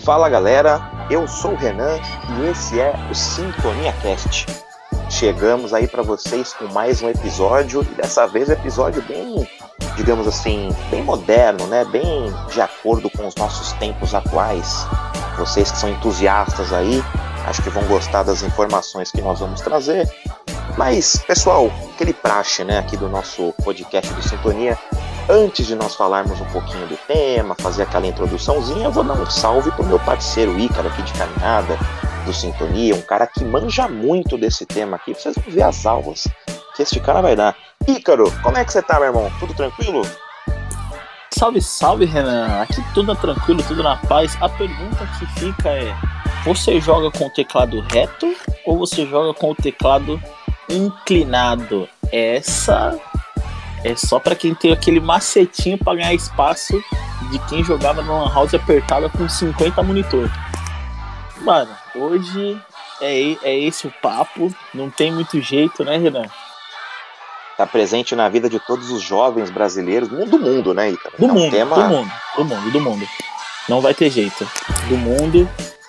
Fala galera, eu sou o Renan e esse é o Sintonia Cast. Chegamos aí para vocês com mais um episódio e dessa vez um episódio bem, digamos assim, bem moderno, né? Bem de acordo com os nossos tempos atuais. Vocês que são entusiastas aí, acho que vão gostar das informações que nós vamos trazer. Mas, pessoal, aquele praxe, né, aqui do nosso podcast do Sintonia, antes de nós falarmos um pouquinho do tema, fazer aquela introduçãozinha, eu vou dar um salve pro meu parceiro Ícaro aqui de caminhada, do Sintonia, um cara que manja muito desse tema aqui, vocês vão ver as aulas que este cara vai dar. Ícaro, como é que você tá, meu irmão? Tudo tranquilo? Salve, salve, Renan. Aqui tudo tranquilo, tudo na paz. A pergunta que fica é: você joga com o teclado reto ou você joga com o teclado inclinado? Essa é só pra quem tem aquele macetinho pra ganhar espaço de quem jogava numa house apertada com 50 monitor. Mano, hoje é esse o papo. Não tem muito jeito, né, Renan? Tá presente na vida de todos os jovens brasileiros, do mundo, né, Ícaro? Do mundo. Não vai ter jeito. Do mundo.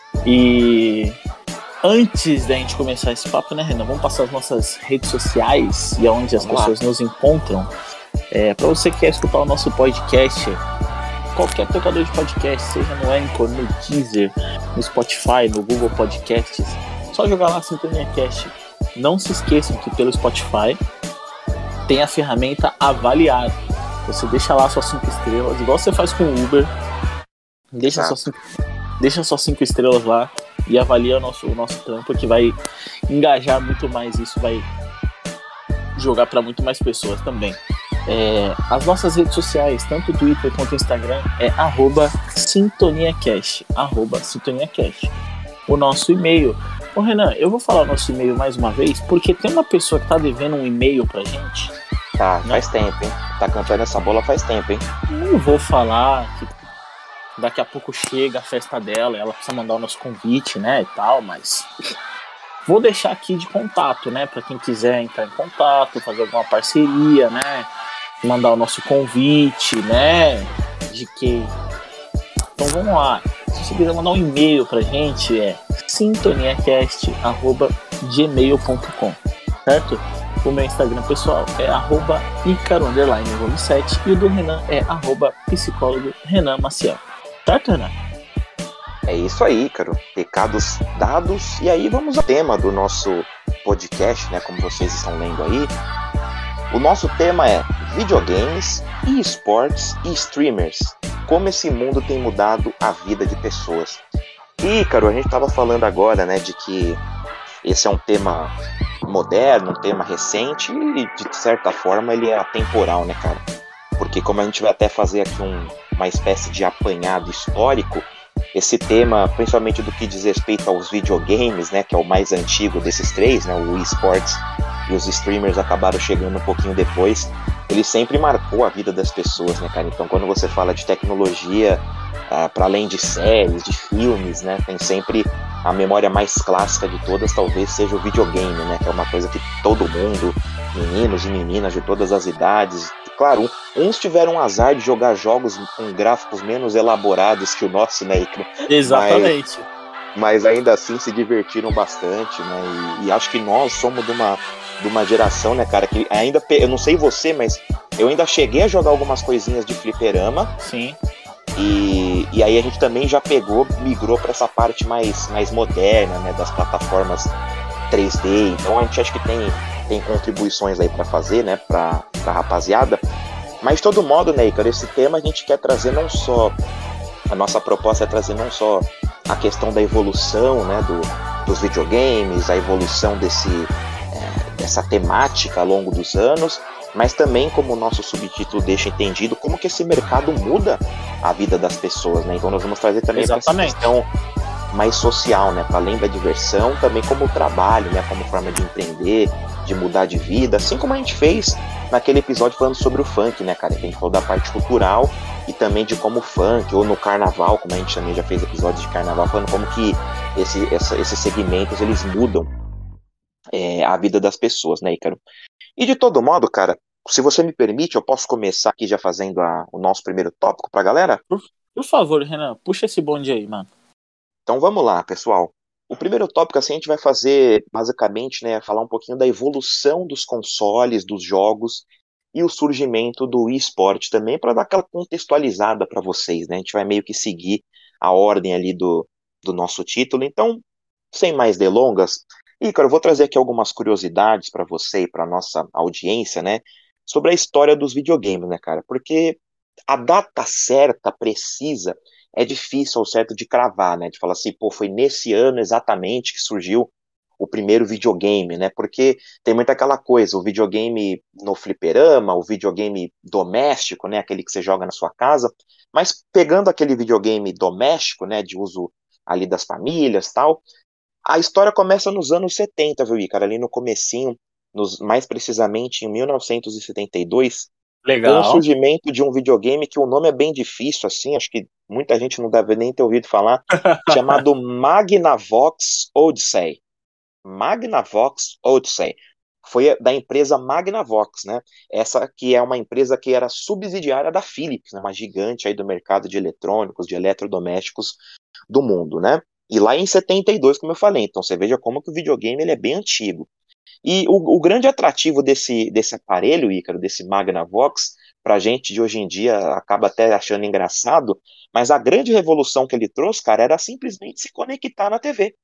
E antes da gente começar esse papo, né, Renan? Vamos passar as nossas redes sociais e aonde as pessoas nos encontram. Para você que quer escutar o nosso podcast, qualquer tocador de podcast, seja no Anchor, no Deezer, no Spotify, no Google Podcasts, só jogar lá Sintonia Cast. Não se esqueçam que pelo Spotify tem a ferramenta avaliar. Você deixa lá suas 5 estrelas, igual você faz com o Uber. Deixa suas 5 estrelas lá e avalia o nosso trampo, que vai engajar muito mais isso, vai jogar para muito mais pessoas também. As nossas redes sociais, tanto o Twitter quanto o Instagram, é @SintoniaCast. @SintoniaCast. O nosso e-mail. Ô Renan, eu vou falar o nosso e-mail mais uma vez, porque tem uma pessoa que tá devendo um e-mail pra gente. Tá, faz tempo, hein? Tá cantando essa bola faz tempo, hein? Não vou falar que daqui a pouco chega a festa dela, ela precisa mandar o nosso convite, né, e tal, mas vou deixar aqui de contato, né, pra quem quiser entrar em contato, fazer alguma parceria, né, mandar o nosso convite, né, de que... Então vamos lá, se você quiser mandar um e-mail pra gente, é sintoniacast@gmail.com, certo? O meu Instagram pessoal é @icaro_7 e o do Renan é @psicólogo Renan Maciel. Certo, Renan? É isso aí, Ícaro. Recados dados. E aí vamos ao tema do nosso podcast, né? Como vocês estão lendo aí. O nosso tema é videogames, esportes e streamers. Como esse mundo tem mudado a vida de pessoas. E, Ícaro, a gente estava falando agora, né, de que esse é um tema moderno, um tema recente e, de certa forma, ele é atemporal, né, cara? Porque como a gente vai até fazer aqui uma espécie de apanhado histórico, esse tema, principalmente do que diz respeito aos videogames, né, que é o mais antigo desses três, né, o esportes e os streamers acabaram chegando um pouquinho depois, ele sempre marcou a vida das pessoas, né, cara? Então, quando você fala de tecnologia, para além de séries, de filmes, né, tem sempre a memória mais clássica de todas, talvez seja o videogame, né, que é uma coisa que todo mundo, meninos e meninas de todas as idades, claro, uns tiveram azar de jogar jogos com gráficos menos elaborados que o nosso, né, Icaro? Exatamente. Mas ainda assim se divertiram bastante, né, e acho que nós somos de uma geração, né, cara, que ainda, eu não sei você, mas eu ainda cheguei a jogar algumas coisinhas de fliperama. Sim. E aí a gente também já migrou para essa parte mais moderna, né, das plataformas 3D. Então a gente acha que tem contribuições aí para fazer, né, pra rapaziada. Mas de todo modo, né, Ícaro, esse tema a gente quer trazer não só... A nossa proposta é trazer não só a questão da evolução, né, dos videogames, a evolução dessa temática ao longo dos anos, mas também, como o nosso subtítulo deixa entendido, como que esse mercado muda a vida das pessoas, né? Então nós vamos trazer também essa questão mais social, né? Para além da diversão, também como trabalho, né? Como forma de empreender, de mudar de vida, assim como a gente fez naquele episódio falando sobre o funk, né, cara? Que a gente falou da parte cultural e também de como o funk, ou no carnaval, como a gente também já fez episódios de carnaval, falando como que esses segmentos, eles mudam a vida das pessoas, né, Ícaro? E de todo modo, cara, se você me permite, eu posso começar aqui já fazendo o nosso primeiro tópico pra galera? Por favor, Renan, puxa esse bonde aí, mano. Então vamos lá, pessoal. O primeiro tópico assim, a gente vai fazer basicamente, né, falar um pouquinho da evolução dos consoles, dos jogos e o surgimento do esporte também, para dar aquela contextualizada para vocês, né? A gente vai meio que seguir a ordem ali do nosso título. Então, sem mais delongas, Ícaro, eu vou trazer aqui algumas curiosidades para você e para nossa audiência, né, sobre a história dos videogames, né, cara? Porque a data certa, precisa, é difícil ao certo de cravar, né? De falar assim, pô, foi nesse ano exatamente que surgiu o primeiro videogame, né? Porque tem muita aquela coisa, o videogame no fliperama, o videogame doméstico, né? Aquele que você joga na sua casa, mas pegando aquele videogame doméstico, né? De uso ali das famílias, tal, a história começa nos anos 70, viu, Ícaro? Ali no comecinho, mais precisamente em 1972, com o Legal. surgimento de um videogame que o nome é bem difícil, assim, acho que muita gente não deve nem ter ouvido falar, chamado Magnavox Odyssey. Magnavox Odyssey. Foi da empresa Magnavox, né? Essa que é uma empresa que era subsidiária da Philips, né? Uma gigante aí do mercado de eletrônicos, de eletrodomésticos do mundo, né? E lá em 72, como eu falei, então você veja como que o videogame ele é bem antigo. E o grande atrativo desse aparelho, Ícaro, desse Magnavox, para a gente de hoje em dia acaba até achando engraçado, mas a grande revolução que ele trouxe, cara, era simplesmente se conectar na TV.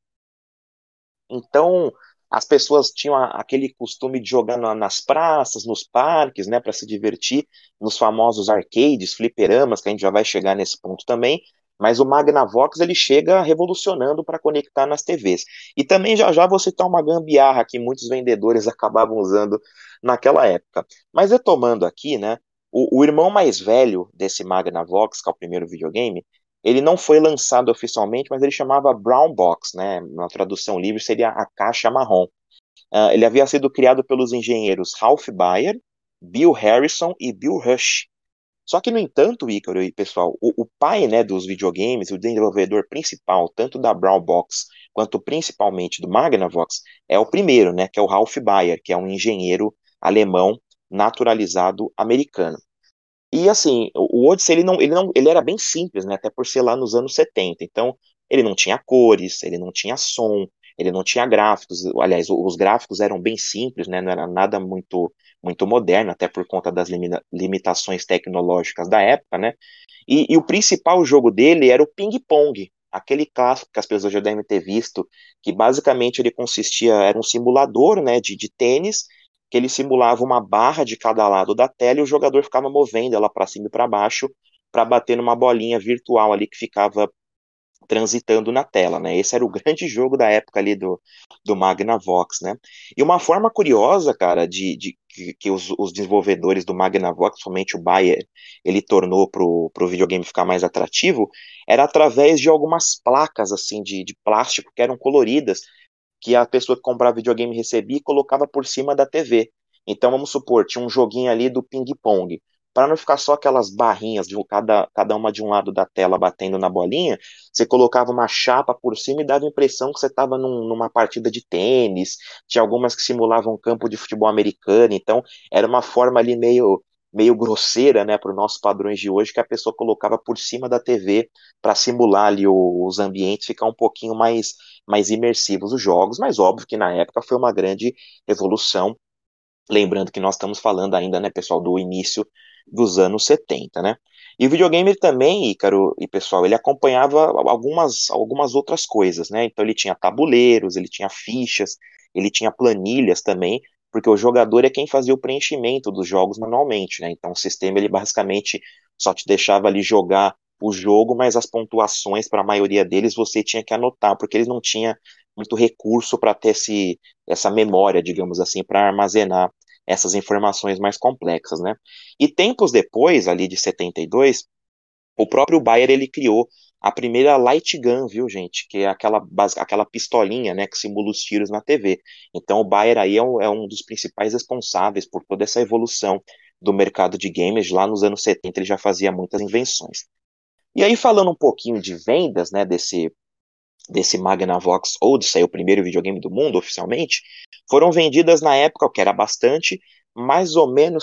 Então, as pessoas tinham aquele costume de jogar nas praças, nos parques, né, para se divertir, nos famosos arcades, fliperamas, que a gente já vai chegar nesse ponto também. Mas o Magnavox ele chega revolucionando para conectar nas TVs. E também já já vou citar uma gambiarra que muitos vendedores acabavam usando naquela época. Mas retomando aqui, né, o irmão mais velho desse Magnavox, que é o primeiro videogame, ele não foi lançado oficialmente, mas ele chamava Brown Box, né? Na tradução livre seria a caixa marrom. Ele havia sido criado pelos engenheiros Ralph Baer, Bill Harrison e Bill Rush. Só que, no entanto, Ícaro e pessoal, o pai, né, dos videogames, o desenvolvedor principal, tanto da Brown Box quanto principalmente do Magnavox, é o primeiro, né, que é o Ralph Baer, que é um engenheiro alemão naturalizado americano. E assim, o Odyssey ele era bem simples, né? Até por ser lá nos anos 70. Então, ele não tinha cores, ele não tinha som, ele não tinha gráficos. Aliás, os gráficos eram bem simples, né? Não era nada muito moderno, até por conta das limitações tecnológicas da época, né? E o principal jogo dele era o ping-pong, aquele clássico que as pessoas já devem ter visto, que basicamente ele consistia, era um simulador, né, de tênis, que ele simulava uma barra de cada lado da tela e o jogador ficava movendo ela para cima e para baixo para bater numa bolinha virtual ali que ficava transitando na tela, né? Esse era o grande jogo da época ali do Magnavox, né? E uma forma curiosa, cara, que os desenvolvedores do Magnavox, somente o Bayer, ele tornou pro videogame ficar mais atrativo, era através de algumas placas, assim, de plástico que eram coloridas, que a pessoa que comprava videogame recebia e colocava por cima da TV. Então, vamos supor, tinha um joguinho ali do ping-pong. Para não ficar só aquelas barrinhas, cada uma de um lado da tela batendo na bolinha, você colocava uma chapa por cima e dava a impressão que você estava numa partida de tênis. Tinha algumas que simulavam um campo de futebol americano. Então, era uma forma ali meio grosseira, né, para os nossos padrões de hoje, que a pessoa colocava por cima da TV para simular ali os ambientes, ficar um pouquinho mais imersivos os jogos, mas óbvio que na época foi uma grande revolução, lembrando que nós estamos falando ainda, né, pessoal, do início dos anos 70, né? E o videogame também, Ícaro e pessoal, ele acompanhava algumas outras coisas, né? Então ele tinha tabuleiros, ele tinha fichas, ele tinha planilhas também, porque o jogador é quem fazia o preenchimento dos jogos manualmente, né? Então o sistema ele basicamente só te deixava ali jogar o jogo, mas as pontuações para a maioria deles você tinha que anotar, porque eles não tinham muito recurso para ter essa memória, digamos assim, para armazenar essas informações mais complexas, né? E tempos depois, ali de 72, o próprio Bayer ele criou a primeira light gun, viu, gente? Que é aquela pistolinha, né, que simula os tiros na TV. Então o Bayer aí é um dos principais responsáveis por toda essa evolução do mercado de games. Lá nos anos 70 ele já fazia muitas invenções. E aí falando um pouquinho de vendas, né, desse Magnavox Odyssey, o primeiro videogame do mundo oficialmente, foram vendidas na época, o que era bastante, mais ou menos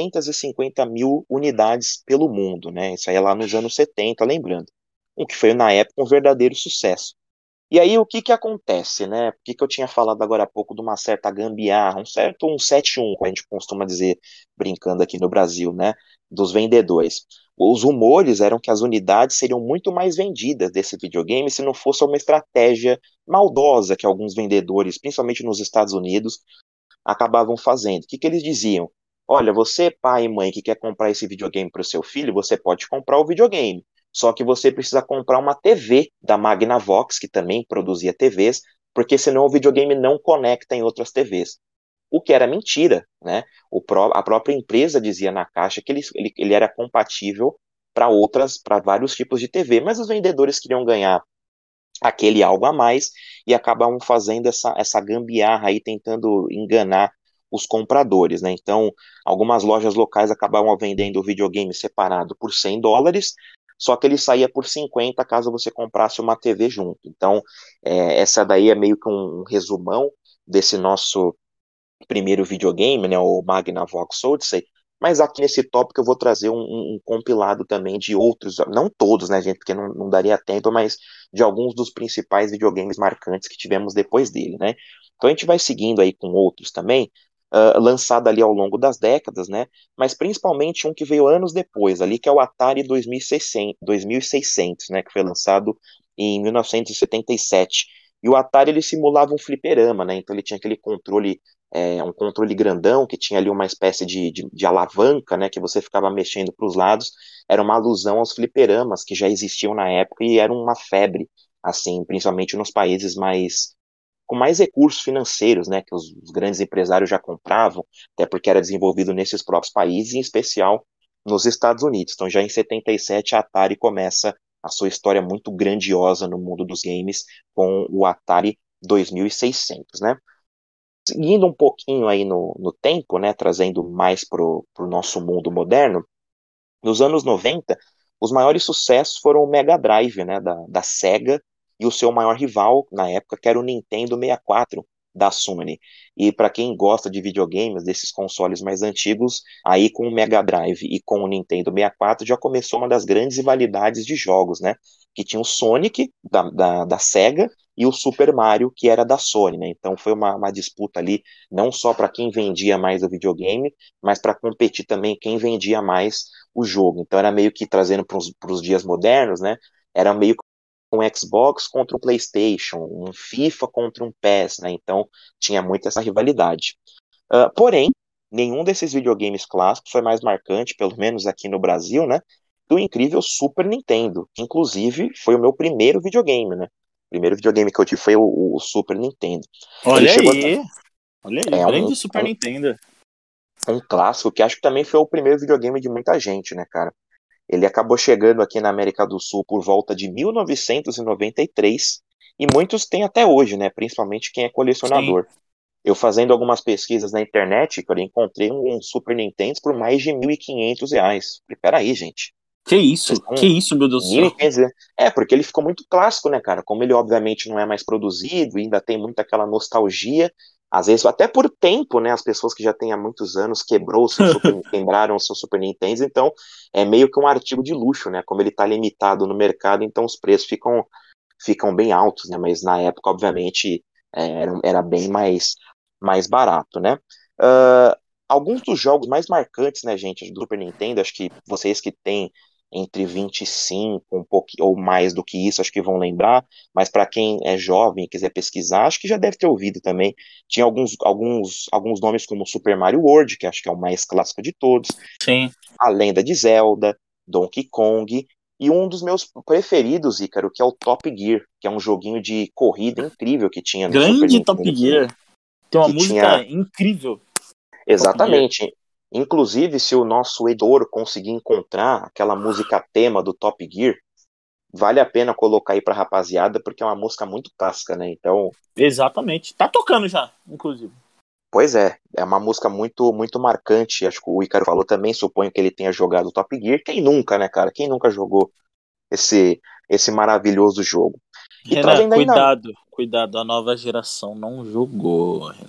350 mil unidades pelo mundo, né? Isso aí é lá nos anos 70, lembrando. O que foi na época um verdadeiro sucesso. E aí o que que acontece, né? Por que que eu tinha falado agora há pouco de uma certa gambiarra, um 7-1, como a gente costuma dizer, brincando aqui no Brasil, né? Dos vendedores. Os rumores eram que as unidades seriam muito mais vendidas desse videogame se não fosse uma estratégia maldosa que alguns vendedores, principalmente nos Estados Unidos, acabavam fazendo. O que que eles diziam? Olha, você, pai e mãe, que quer comprar esse videogame para o seu filho, você pode comprar o videogame. Só que você precisa comprar uma TV da Magnavox, que também produzia TVs, porque senão o videogame não conecta em outras TVs. O que era mentira, né? A própria empresa dizia na caixa que ele era compatível para vários tipos de TV, mas os vendedores queriam ganhar aquele algo a mais e acabam fazendo essa gambiarra aí, tentando enganar os compradores, né? Então, algumas lojas locais acabavam vendendo o videogame separado por US$ 100, só que ele saía por 50 caso você comprasse uma TV junto. Então, essa daí é meio que um resumão desse nosso primeiro videogame, né, o Magnavox Odyssey, mas aqui nesse tópico eu vou trazer um compilado também de outros, não todos, né, gente, porque não daria tempo, mas de alguns dos principais videogames marcantes que tivemos depois dele, né. Então a gente vai seguindo aí com outros também, lançado ali ao longo das décadas, né, mas principalmente um que veio anos depois, ali, que é o Atari 2600, né, que foi lançado em 1977. E o Atari ele simulava um fliperama, né, então ele tinha aquele controle um controle grandão que tinha ali uma espécie de alavanca, né, que você ficava mexendo para os lados, era uma alusão aos fliperamas que já existiam na época e era uma febre, assim, principalmente nos países com mais recursos financeiros, né, que os grandes empresários já compravam, até porque era desenvolvido nesses próprios países, em especial nos Estados Unidos. Então já em 77 a Atari começa a sua história muito grandiosa no mundo dos games com o Atari 2600, né? Seguindo um pouquinho aí no tempo, né, trazendo mais para o nosso mundo moderno, nos anos 90, os maiores sucessos foram o Mega Drive, né, da Sega, e o seu maior rival na época, que era o Nintendo 64 da Sony. E para quem gosta de videogames, desses consoles mais antigos, aí com o Mega Drive e com o Nintendo 64 já começou uma das grandes rivalidades de jogos, né? Que tinha o Sonic da Sega e o Super Mario, que era da Sony, né? Então foi uma disputa ali, não só para quem vendia mais o videogame, mas para competir também quem vendia mais o jogo. Então era meio que trazendo para os dias modernos, né? Era meio que um Xbox contra um PlayStation, um FIFA contra um PES, né? Então tinha muito essa rivalidade. Porém, nenhum desses videogames clássicos foi mais marcante, pelo menos aqui no Brasil, né? Do incrível Super Nintendo. Que, inclusive, foi o meu primeiro videogame, né? O primeiro videogame que eu tive foi o Super Nintendo. Ele Olha chegou a... aí, olha aí, É grande Super Nintendo. um clássico que acho que também foi o primeiro videogame de muita gente, né, cara? Ele acabou chegando aqui na América do Sul por volta de 1993 e muitos têm até hoje, né? Principalmente quem é Sim. colecionador. Eu fazendo algumas pesquisas na internet, cara, encontrei um Super Nintendo por mais de R$ 1.500. Falei, peraí, gente. Vocês Que estão isso, meu Deus do céu. 1.500? Porque ele ficou muito clássico, né, cara? Como ele obviamente não é mais produzido, ainda tem muita aquela nostalgia. Às vezes, até por tempo, né? As pessoas que já têm há muitos anos quebraram o seu Super Nintendo, então é meio que um artigo de luxo, né? Como ele está limitado no mercado, então os preços ficam bem altos, né? Mas na época, obviamente, era bem mais barato, né? Alguns dos jogos mais marcantes, né, gente, do Super Nintendo, acho que vocês que têm entre 25, um pouquinho ou mais do que isso, acho que vão lembrar, mas para quem é jovem e quiser pesquisar, acho que já deve ter ouvido também. Tinha alguns nomes como Super Mario World, que acho que é o mais clássico de todos, Sim. A Lenda de Zelda, Donkey Kong, e um dos meus preferidos, Ícaro, que é o Top Gear, que é um joguinho de corrida incrível que tinha no Super Grande Top Nintendo também, Gear. Tem uma que música tinha incrível, Top Gear. exatamente. Inclusive, se o nosso editor conseguir encontrar aquela música tema do Top Gear, vale a pena colocar aí pra rapaziada, porque é uma música muito clássica, né? Então, Exatamente. Tá tocando já, inclusive. pois é uma música muito muito marcante. Acho que o Ícaro falou também, suponho que ele tenha jogado Top Gear. Quem nunca, né, cara? Quem nunca jogou esse maravilhoso jogo? E Renan, trazendo ainda cuidado. Cuidado, a nova geração não jogou, Renan.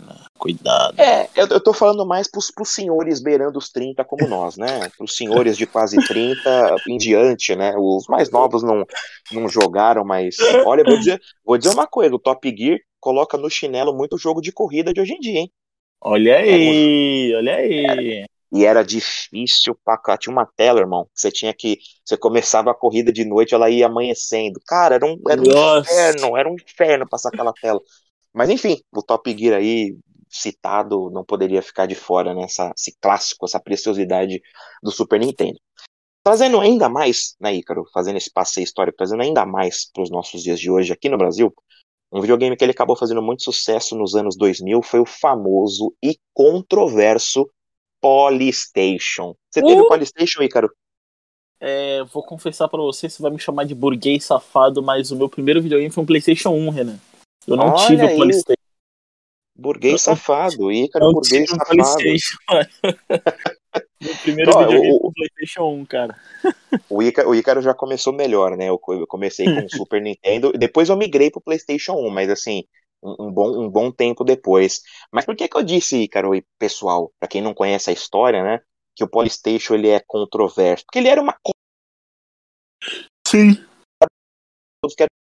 cuidado. Eu tô falando mais pros senhores beirando os 30 como nós, né? Pros senhores de quase 30 em diante, né? Os mais novos não jogaram, mas olha, vou dizer uma coisa, o Top Gear coloca no chinelo muito jogo de corrida de hoje em dia, hein? Olha Era um, aí, olha aí. e era difícil pra cá. Tinha uma tela, irmão, que você tinha que. Você começava a corrida de noite, ela ia amanhecendo. Cara, Nossa. era um inferno passar aquela tela. Mas enfim, o Top Gear aí, citado, não poderia ficar de fora, né? Esse clássico, essa preciosidade do Super Nintendo. Trazendo ainda mais, né, Ícaro, fazendo esse passeio histórico, trazendo ainda mais para os nossos dias de hoje aqui no Brasil, um videogame que ele acabou fazendo muito sucesso nos anos 2000 foi o famoso e controverso Polystation. Você teve o Uh, Polystation, Ícaro? vou confessar pra você vai me chamar de burguês safado, mas o meu primeiro videogame foi um PlayStation 1, Renan. Eu não tive Olha o aí, PlayStation. burguês safado, Ícaro Não burguês tive um safado. PlayStation. Meu primeiro Então, videogame foi um PlayStation 1, cara. o Ícaro já começou melhor, né? Eu comecei com o Super Nintendo, e depois eu migrei pro PlayStation 1, mas assim, um bom tempo depois. Mas por que que eu disse, Ícaro, e pessoal, pra quem não conhece a história, né? Que o PlayStation ele é controverso? Porque ele era uma coisa Sim. que era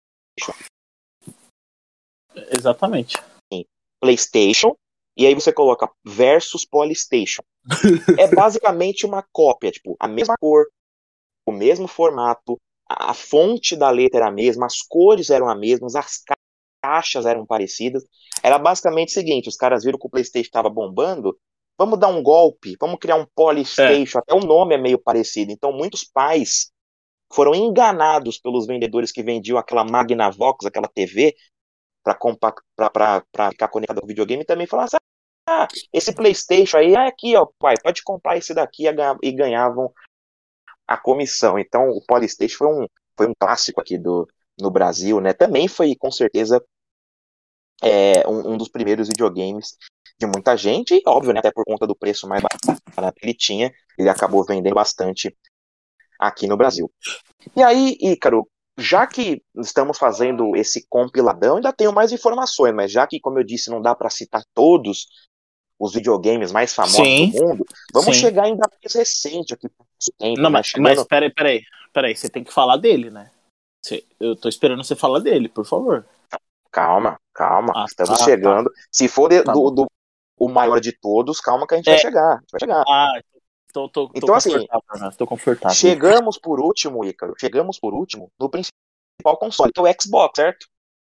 Exatamente. assim, PlayStation, e aí você coloca versus Polystation. É basicamente uma cópia, tipo, a mesma cor, o mesmo formato, a fonte da letra era a mesma, as cores eram as mesmas, as caixas eram parecidas. Era basicamente o seguinte: os caras viram que o PlayStation estava bombando, vamos dar um golpe, vamos criar um É. Polystation, até o nome é meio parecido. Então muitos pais foram enganados pelos vendedores que vendiam aquela Magnavox, aquela TV, para ficar conectado ao videogame, e também falaram assim: esse PlayStation aí é aqui, ó, pai, pode comprar esse daqui, e ganhavam a comissão. Então, o Polystation foi um clássico aqui no Brasil, né? Também foi, com certeza, um dos primeiros videogames de muita gente, e óbvio, né, até por conta do preço mais barato que ele tinha, ele acabou vendendo bastante aqui no Brasil. E aí, Ícaro, já que estamos fazendo esse compiladão, ainda tenho mais informações, mas já que, como eu disse, não dá para citar todos os videogames mais famosos do Sim, mundo, vamos sim. chegar ainda mais recente aqui pro nosso tempo, Não, né? mas Chegando. peraí, você tem que falar dele, né? Eu tô esperando você falar dele, por favor. Calma, calma, Ah, estamos tá, tá, chegando. Se for tá bom. o maior de todos, calma que a gente vai É, chegar. A gente vai chegar. tô Então, assim, confortável, né? Tô confortável. chegamos por último, Ícaro, chegamos por último no principal console, que é o Xbox, certo?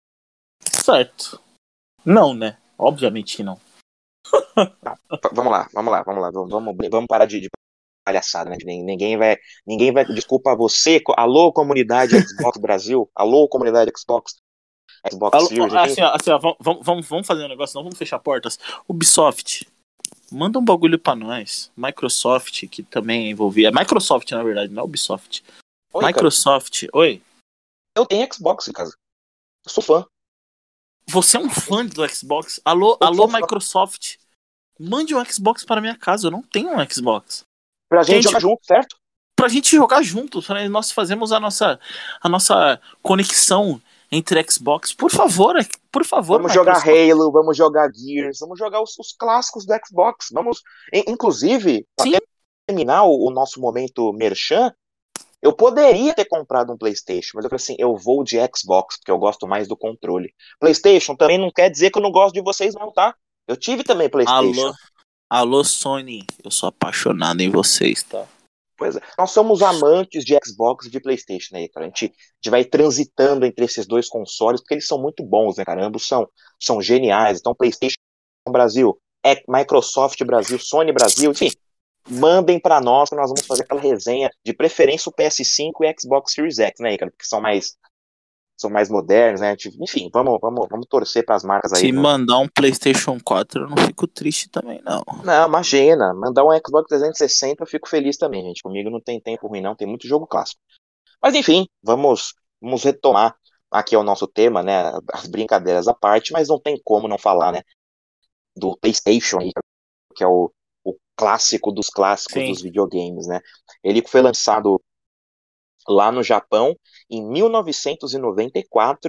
Certo. Não, né? Obviamente que não. Não, vamos lá, vamos parar de palhaçada, né? Ninguém vai, desculpa você, alô comunidade Xbox Brasil, alô comunidade Xbox Alô, Series, enfim. assim, ó, vamos fazer um negócio, não vamos fechar portas. Ubisoft, manda um bagulho pra nós. Microsoft, que também é envolvida. É Microsoft, na verdade, não é Ubisoft. Oi, Ícaro, Microsoft, oi. eu tenho Xbox em casa, eu sou fã, Você é um fã do Xbox? Alô, eu alô, sou fã. Microsoft. Mande um Xbox para minha casa, eu não tenho um Xbox. Pra Que a gente gente, jogar junto, certo? pra gente jogar juntos, pra nós fazermos a nossa conexão entre Xbox. Por favor, Vamos jogar Microsoft. Halo, vamos jogar Gears, vamos jogar os clássicos do Xbox. Inclusive, Sim, até terminar o nosso momento merchan, eu poderia ter comprado um PlayStation, mas eu falei assim, eu vou de Xbox, porque eu gosto mais do controle. PlayStation também não quer dizer que eu não gosto de vocês, não, tá? Eu tive também alô, PlayStation. alô, Sony. Eu sou apaixonado em vocês, tá? Pois é. Nós somos amantes de Xbox e de PlayStation, né, cara? A gente vai transitando entre esses dois consoles, porque eles são muito bons, né, cara? Ambos são geniais. Então, PlayStation Brasil, Microsoft Brasil, Sony Brasil, enfim, mandem para nós que nós vamos fazer aquela resenha, de preferência o PS5 e Xbox Series X, né, cara? Porque são mais modernos, né? Enfim, vamos torcer para as marcas aí. Se mandar um PlayStation 4, eu não fico triste também, não. Não, imagina, mandar um Xbox 360 eu fico feliz também, gente. Comigo não tem tempo ruim, não, tem muito jogo clássico. Mas enfim, vamos retomar aqui o nosso tema, né? As brincadeiras à parte, mas não tem como não falar, né? Do PlayStation, que é o clássico dos clássicos Sim. dos videogames, né? Ele foi lançado lá no Japão em 1994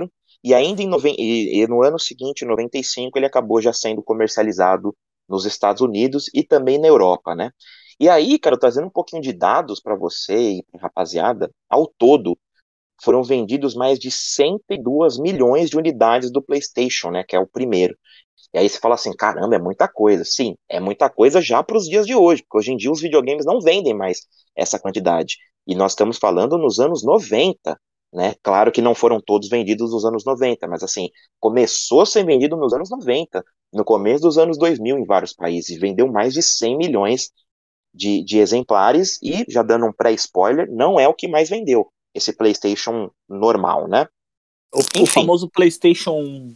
E ainda e no ano seguinte, em 95, ele acabou já sendo comercializado nos Estados Unidos e também na Europa, né? E aí, cara, trazendo um pouquinho de dados para você e pra rapaziada, ao todo foram vendidos mais de 102 milhões de unidades do PlayStation, né, que é o primeiro. E aí você fala assim, caramba, é muita coisa. Sim, é muita coisa já para os dias de hoje, porque hoje em dia os videogames não vendem mais essa quantidade. E nós estamos falando nos anos 90, né? Claro que não foram todos vendidos nos anos 90, mas assim, começou a ser vendido nos anos 90, no começo dos anos 2000 em vários países, vendeu mais de 100 milhões de exemplares e, já dando um pré-spoiler, não é o que mais vendeu, esse PlayStation normal, né? O famoso PlayStation 1.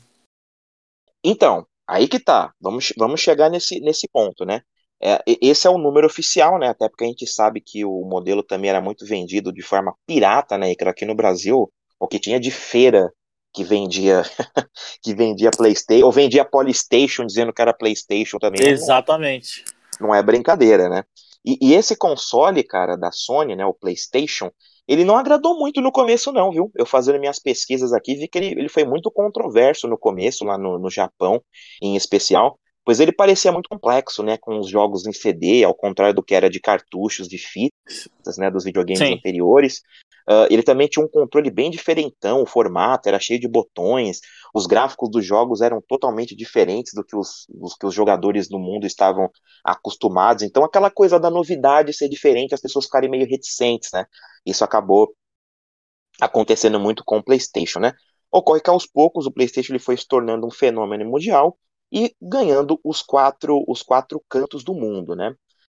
Então, aí que tá. Vamos chegar nesse ponto, né? Esse é o número oficial, né? Até porque a gente sabe que o modelo também era muito vendido de forma pirata, né? E que aqui no Brasil, o que tinha de feira que vendia que vendia PlayStation, ou vendia Polystation dizendo que era PlayStation também, Exatamente. não é brincadeira, né? E esse console, cara, da Sony, né, o PlayStation, ele não agradou muito no começo, não, viu? Eu fazendo minhas pesquisas aqui, vi que ele foi muito controverso no começo, lá no Japão, em especial, pois ele parecia muito complexo, né, com os jogos em CD, ao contrário do que era de cartuchos, de fitas, né, dos videogames Sim. anteriores. Ele também tinha um controle bem diferentão, o formato era cheio de botões, os gráficos dos jogos eram totalmente diferentes do que os jogadores do mundo estavam acostumados. Então, aquela coisa da novidade ser diferente, as pessoas ficarem meio reticentes, né? Isso acabou acontecendo muito com o PlayStation, né? Ocorre que aos poucos o PlayStation ele foi se tornando um fenômeno mundial e ganhando os quatro cantos do mundo, né?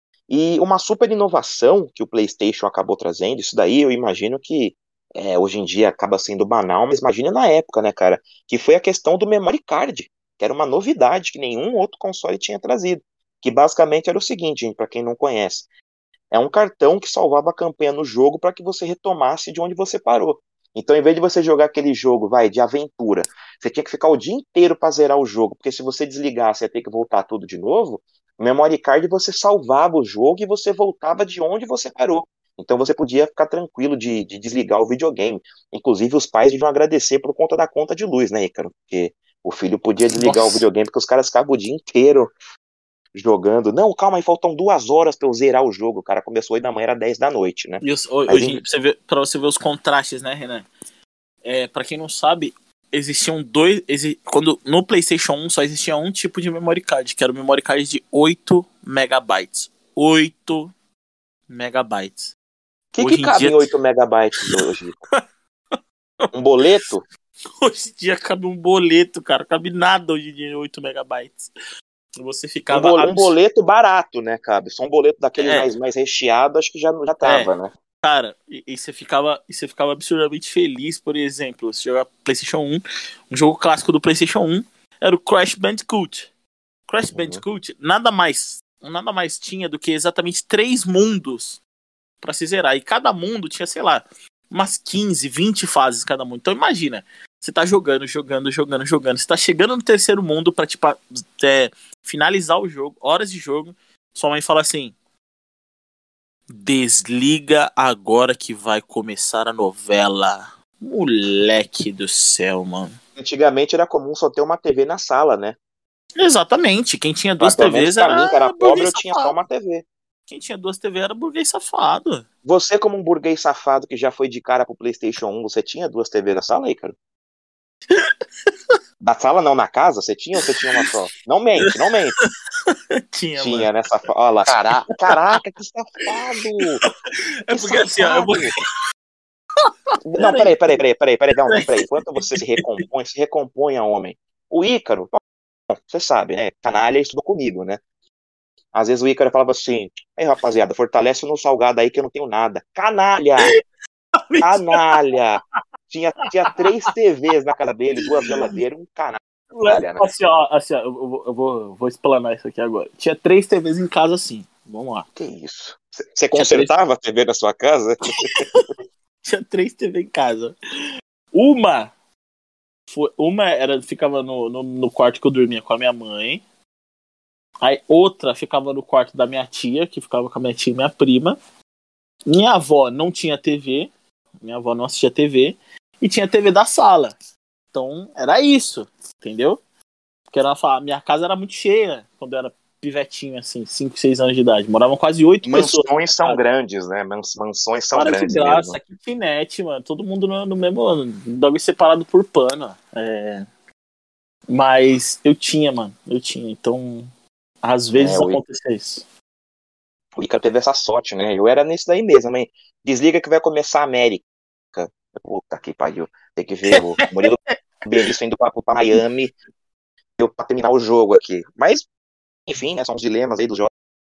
E uma super inovação que o PlayStation acabou trazendo, isso daí eu imagino que hoje em dia acaba sendo banal, mas imagina na época, né, cara? Que foi a questão do memory card, que era uma novidade que nenhum outro console tinha trazido. Que basicamente era o seguinte, gente, para quem não conhece. É um cartão que salvava a campanha no jogo para que você retomasse de onde você parou. Então, em vez de você jogar aquele jogo, de aventura, você tinha que ficar o dia inteiro para zerar o jogo, porque se você desligasse, ia ter que voltar tudo de novo. No memory card você salvava o jogo e você voltava de onde você parou. Então você podia ficar tranquilo de desligar o videogame. Inclusive, os pais deviam agradecer por conta da conta de luz, né, Ícaro? Porque o filho podia desligar o videogame porque os caras ficavam o dia inteiro jogando. Não, calma aí, faltam 2 horas pra eu zerar o jogo. O cara começou 8 da manhã, era 10 da noite, né? E hoje, pra você ver os contrastes, né, Renan? Pra quem não sabe, existiam dois. Quando no PlayStation 1 só existia um tipo de memory card, que era o memory card de 8 megabytes. 8 megabytes. O que cabe em 8 megabytes hoje? Um boleto? Hoje em dia cabe um boleto, cara. Cabe nada hoje em dia em 8 megabytes. Você ficava. Um boleto barato, né, cabe? Só um boleto daqueles mais recheado, acho que já tava, né? Cara, e você ficava absurdamente feliz, por exemplo, você jogava PlayStation 1, um jogo clássico do PlayStation 1 era o Crash Bandicoot. Crash Bandicoot nada mais tinha do que exatamente 3 mundos pra se zerar. E cada mundo tinha, sei lá, umas 15, 20 fases cada mundo. Então imagina, você tá jogando. Você tá chegando no terceiro mundo pra, tipo, finalizar o jogo, horas de jogo. Sua mãe fala assim: desliga agora que vai começar a novela. Moleque do céu, mano. Antigamente era comum só ter uma TV na sala, né? Exatamente. Quem tinha 2 TVs pra mim, que era pobre, eu safado. tinha só uma TV. Quem tinha 2 TVs era burguês safado. Você, como um burguês safado que já foi de cara pro PlayStation 1, você tinha 2 TVs na sala aí, cara? Na sala não, na casa? Você tinha ou você tinha uma só? Não mente. Tinha, mano. Nessa. Olha lá, caraca, que safado! É porque assim, ó. Não, peraí. Enquanto você se recompõe a homem. O Ícaro, você sabe, né? Canalha estudou comigo, né? Às vezes o Ícaro falava assim: ei, rapaziada, fortalece no salgado aí que eu não tenho nada. Canalha! Tinha 3 TVs na casa dele, 2 geladeiras, um canalha. Né? Assim, ó, eu vou explanar isso aqui agora. Tinha 3 TVs em casa, assim. Vamos lá. Que isso? Você consertava a TV na sua casa? Tinha 3 TV em casa. Uma ficava no quarto que eu dormia com a minha mãe. Aí outra ficava no quarto da minha tia, que ficava com a minha tia e minha prima. Minha avó não tinha TV. Minha avó não assistia TV. E tinha TV da sala. Então, era isso, entendeu? Porque minha casa era muito cheia quando eu era pivetinho, assim, 5, 6 anos de idade. Moravam quase 8 pessoas. Mansões são grandes, né? Mansões são Para de grandes mesmo. graça, kitnet, mano. Todo mundo no mesmo ano. Bagulho separado por pano. Mas eu tinha, mano. Eu tinha. Então, às vezes acontecia isso. O Ícaro teve essa sorte, né? Eu era nisso daí mesmo, hein? Desliga que vai começar a América. Puta que pariu. Tem que ver o Murilo Benício indo pra Miami pra terminar o jogo aqui. Mas, enfim, né? São os dilemas aí dos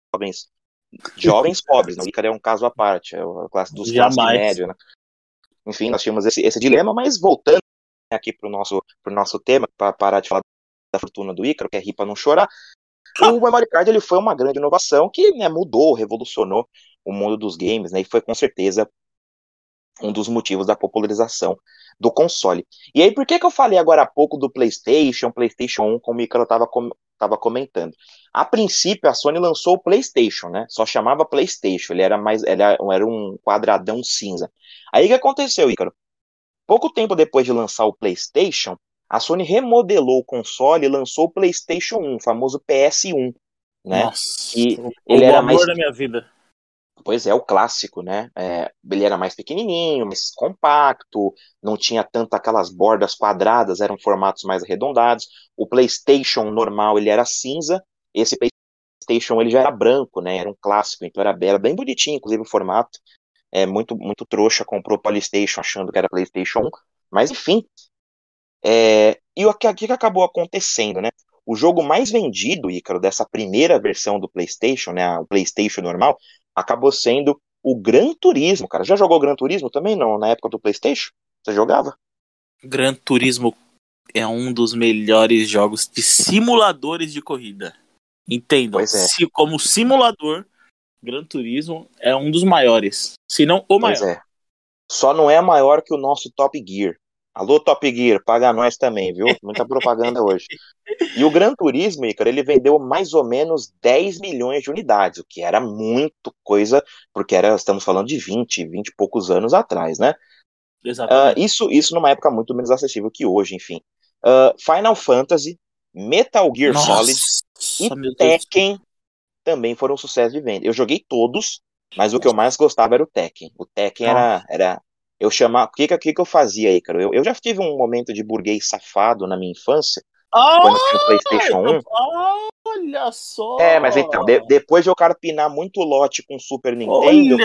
jovens pobres, né? O Ícaro é um caso à parte. É o classe dos classe média, né? Enfim, nós tínhamos esse dilema, mas voltando aqui pro nosso tema, para parar de falar da fortuna do Ícaro, que é rir pra não chorar, o Memory Card ele foi uma grande inovação que, né, mudou, revolucionou o mundo dos games, né, e foi com certeza um dos motivos da popularização do console. E aí, por que eu falei agora há pouco do PlayStation 1, como o Ícaro estava comentando? A princípio, a Sony lançou o PlayStation, né? Só chamava PlayStation, ele era um quadradão cinza. Aí o que aconteceu, Ícaro? Pouco tempo depois de lançar o PlayStation, a Sony remodelou o console e lançou o PlayStation 1, o famoso PS1, né? Nossa, E ele era amor da minha vida. Pois é, o clássico, né? Ele era mais pequenininho, mais compacto, não tinha tanto aquelas bordas quadradas, eram formatos mais arredondados. O PlayStation normal, ele era cinza, esse PlayStation ele já era branco, né? Era um clássico, então era bem bonitinho, inclusive o formato. Muito, muito trouxa, comprou o PlayStation achando que era PlayStation 1, mas enfim. E o que acabou acontecendo, né? O jogo mais vendido, Ícaro, dessa primeira versão do PlayStation, né? O PlayStation normal, acabou sendo o Gran Turismo, cara. Já jogou Gran Turismo também, não? Na época do PlayStation? Você jogava? Gran Turismo é um dos melhores jogos de simuladores de corrida. Entendam, como simulador, Gran Turismo é um dos maiores, se não o maior. Pois é. Só não é maior que o nosso Top Gear. Alô, Top Gear, paga nós também, viu? Muita propaganda hoje. E o Gran Turismo, Ícaro, ele vendeu mais ou menos 10 milhões de unidades, o que era muito coisa, porque estamos falando de 20 e poucos anos atrás, né? Exatamente. Isso numa época muito menos acessível que hoje, enfim. Final Fantasy, Metal Gear Solid e Tekken também foram sucesso de venda. Eu joguei todos, mas o que eu mais gostava era o Tekken. O Tekken era eu chamava. O que eu fazia aí, cara? Eu já tive um momento de burguês safado na minha infância, quando eu tinha o PlayStation 1. Olha só! Mas então, depois de eu carpinar muito lote com Super Nintendo,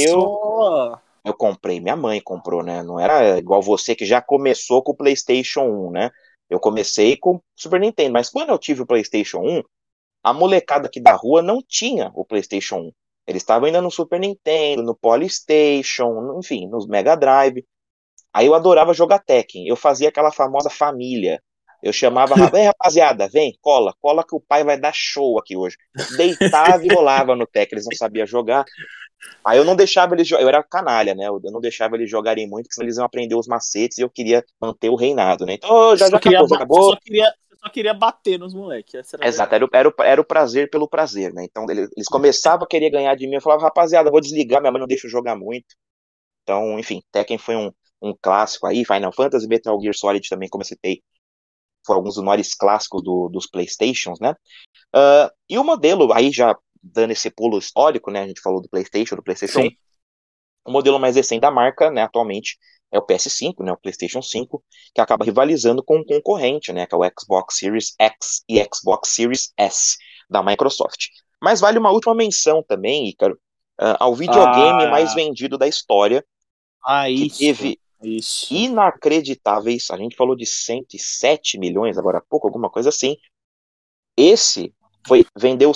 eu comprei, minha mãe comprou, né? Não era igual você que já começou com o PlayStation 1, né? Eu comecei com o Super Nintendo, mas quando eu tive o PlayStation 1, a molecada aqui da rua não tinha o PlayStation 1. Eles estavam ainda no Super Nintendo, no Polystation, enfim, nos Mega Drive. Aí eu adorava jogar Tekken. Eu fazia aquela famosa família. Eu chamava, ei rapaziada, vem, cola que o pai vai dar show aqui hoje. Deitava e rolava no Tekken, eles não sabiam jogar. Aí eu não deixava eles jogarem, eu era canalha, né? Eu não deixava eles jogarem muito, porque senão eles iam aprender os macetes e eu queria manter o reinado, né? Então já acabou. Só queria bater nos moleques. Exato, era o prazer pelo prazer, né? Então eles começavam a querer ganhar de mim, eu falava, rapaziada, vou desligar, minha mãe não deixa eu jogar muito. Então, enfim, Tekken foi um clássico aí, Final Fantasy, Metal Gear Solid também, como eu citei, foram alguns dos maiores clássicos dos Playstations, né? E o modelo, aí já dando esse pulo histórico, né? A gente falou do PlayStation 1. O modelo mais recente da marca, né, atualmente, é o PS5, né, o PlayStation 5, que acaba rivalizando com um concorrente, né, que é o Xbox Series X e Xbox Series S da Microsoft. Mas vale uma última menção também, Ícaro, ao videogame mais vendido da história, que teve inacreditáveis, a gente falou de 107 milhões agora há pouco, alguma coisa assim. Esse vendeu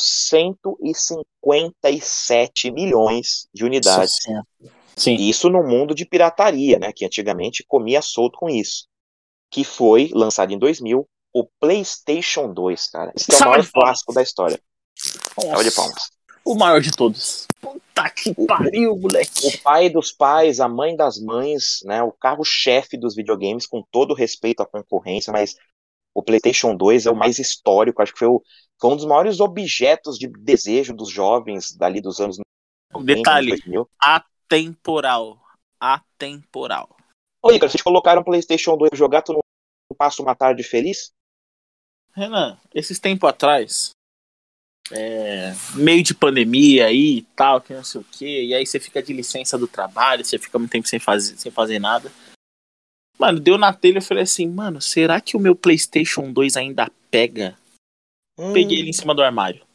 157 milhões de unidades. Sim. Isso no mundo de pirataria, né, que antigamente comia solto com isso. Que foi lançado em 2000, o PlayStation 2, cara. Esse é o maior clássico da história. Salve de palmas. O maior de todos. Puta que pariu, moleque. O pai dos pais, a mãe das mães, né, o carro-chefe dos videogames, com todo respeito à concorrência, mas o PlayStation 2 é o mais histórico, acho que foi um dos maiores objetos de desejo dos jovens dali dos anos 90. Detalhe, 2000. Atemporal. Oi, cara, se te colocaram um PlayStation 2 jogar, tu passa uma tarde feliz? Renan, esses tempos atrás, meio de pandemia aí e tal, que não sei o quê, e aí você fica de licença do trabalho, você fica muito tempo sem fazer nada. Mano, deu na telha, eu falei assim, mano, será que o meu PlayStation 2 ainda pega? Peguei ele em cima do armário.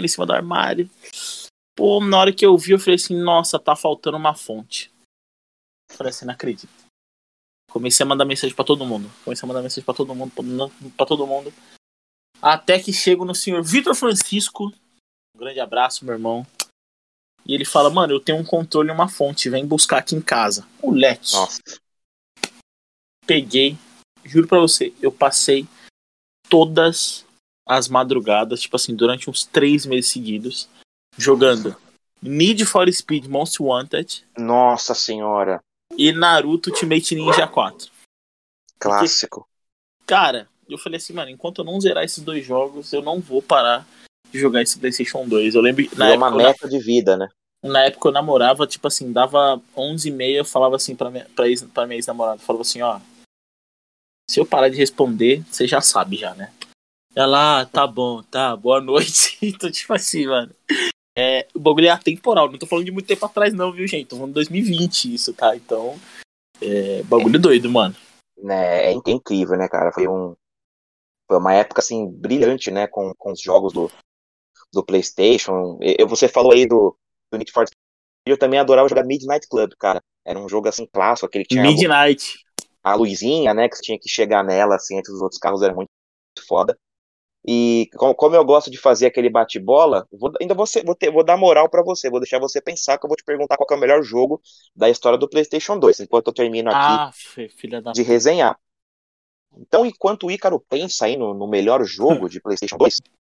Pô, na hora que eu vi, eu falei assim, nossa, tá faltando uma fonte. Eu falei assim, não acredito. Comecei a mandar mensagem pra todo mundo. Pra todo mundo. Até que chego no senhor Vitor Francisco. Um grande abraço, meu irmão. E ele fala, mano, eu tenho um controle e uma fonte, vem buscar aqui em casa. Moleque. Nossa. Peguei, juro pra você, eu passei todas as madrugadas, tipo assim, durante uns 3 meses seguidos, jogando Need for Speed Most Wanted. Nossa senhora. E Naruto Ultimate Ninja 4. Clássico. Porque, cara, eu falei assim, mano, enquanto eu não zerar esses 2 jogos, eu não vou parar de jogar esse PlayStation 2. Eu lembro que na época, uma meta de vida, né? Na época eu namorava, tipo assim, dava 11h30, eu falava assim pra minha ex-namorada, falava assim, ó, se eu parar de responder, você já sabe já, né? Ela, tá bom, tá, boa noite. Então, tipo assim, mano. O bagulho é atemporal. Não tô falando de muito tempo atrás, não, viu, gente? Tô falando de 2020 isso, tá? Então, bagulho doido, mano. É incrível, né, cara? Foi uma época, assim, brilhante, né? Com os jogos do PlayStation. Você falou aí do Need for Speed. Eu também adorava jogar Midnight Club, cara. Era um jogo, assim, clássico. Aquele que tinha Midnight. A luzinha, né? Que você tinha que chegar nela, assim, entre os outros carros. Era muito foda. E como eu gosto de fazer aquele bate-bola, vou dar moral pra você, vou deixar você pensar que eu vou te perguntar qual que é o melhor jogo da história do PlayStation 2, enquanto eu termino aqui de resenhar. Então, enquanto o Ícaro pensa aí no melhor jogo de PlayStation 2,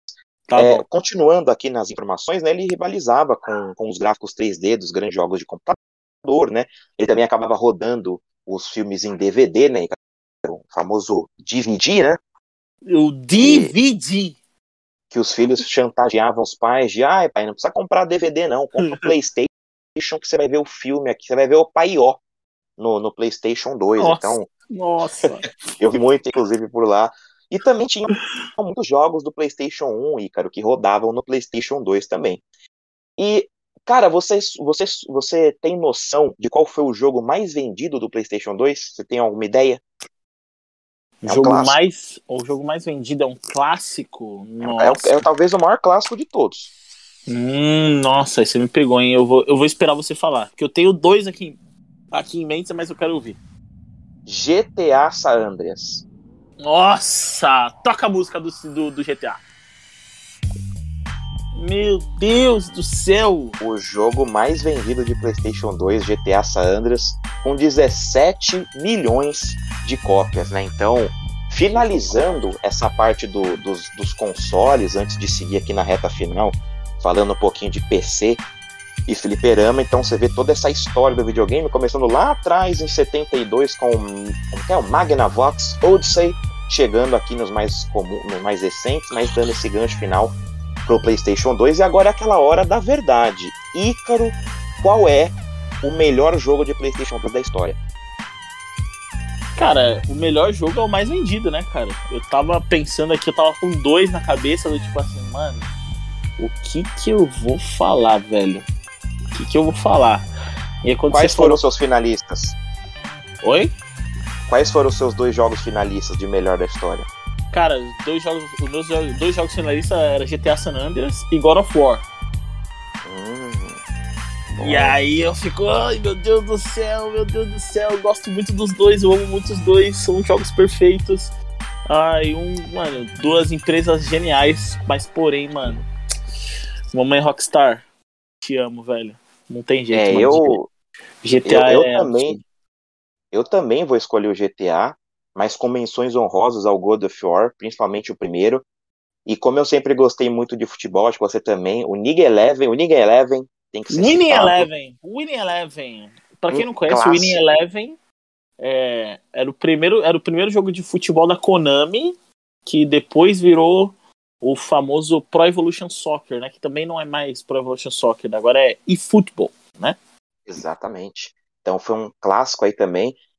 continuando aqui nas informações, né, ele rivalizava com os gráficos 3D dos grandes jogos de computador, né? Ele também acabava rodando os filmes em DVD, né? O famoso DVD, né? O DVD. Que os filhos chantageavam os pais de, pai, não precisa comprar DVD não, compra o PlayStation que você vai ver o filme aqui, você vai ver o Paió no PlayStation 2. Nossa, então, nossa. Eu vi muito, inclusive, por lá. E também tinha muitos jogos do PlayStation 1, Ícaro, que rodavam no PlayStation 2 também. E, cara, você tem noção de qual foi o jogo mais vendido do PlayStation 2? Você tem alguma ideia? O jogo mais vendido é um clássico? Nossa. É talvez o maior clássico de todos. Nossa, aí você me pegou, hein? Eu vou esperar você falar. Porque eu tenho 2 aqui em mente, mas eu quero ouvir. GTA San Andreas. Nossa! Toca a música do GTA. Meu Deus do céu! O jogo mais vendido de PlayStation 2, GTA San Andreas, com 17 milhões de cópias, né? Então, finalizando essa parte dos consoles, antes de seguir aqui na reta final, falando um pouquinho de PC e fliperama, então você vê toda essa história do videogame, começando lá atrás, em 72, com o Magnavox Odyssey, chegando aqui nos mais comuns, nos mais recentes, mas dando esse gancho final pro PlayStation 2, e agora é aquela hora da verdade. Ícaro, qual é o melhor jogo de PlayStation 2 da história? Cara, o melhor jogo é o mais vendido, né, cara? Eu tava pensando aqui, eu tava com 2 na cabeça, do tipo assim, mano, o que eu vou falar, velho? O que eu vou falar? E aí, quais foram os seus finalistas? Oi? Quais foram os seus 2 jogos finalistas de melhor da história? Cara, os meus 2 jogos finalistas eram GTA San Andreas e God of War. E aí eu fico, ai meu Deus do céu, eu gosto muito dos 2, eu amo muito os 2, são jogos perfeitos. Mano, 2 empresas geniais, mas porém, mano, mamãe Rockstar, te amo, velho. Não tem jeito, mano. GTA eu também vou escolher o GTA, mas com menções honrosas ao God of War, principalmente o primeiro. E como eu sempre gostei muito de futebol, acho que você também, o Winning Eleven tem que ser citado. Winning Eleven. Pra quem não conhece, o Winning Eleven era o primeiro jogo de futebol da Konami, que depois virou o famoso Pro Evolution Soccer, né? Que também não é mais Pro Evolution Soccer, agora é eFootball, né? Exatamente. Então foi um clássico aí também.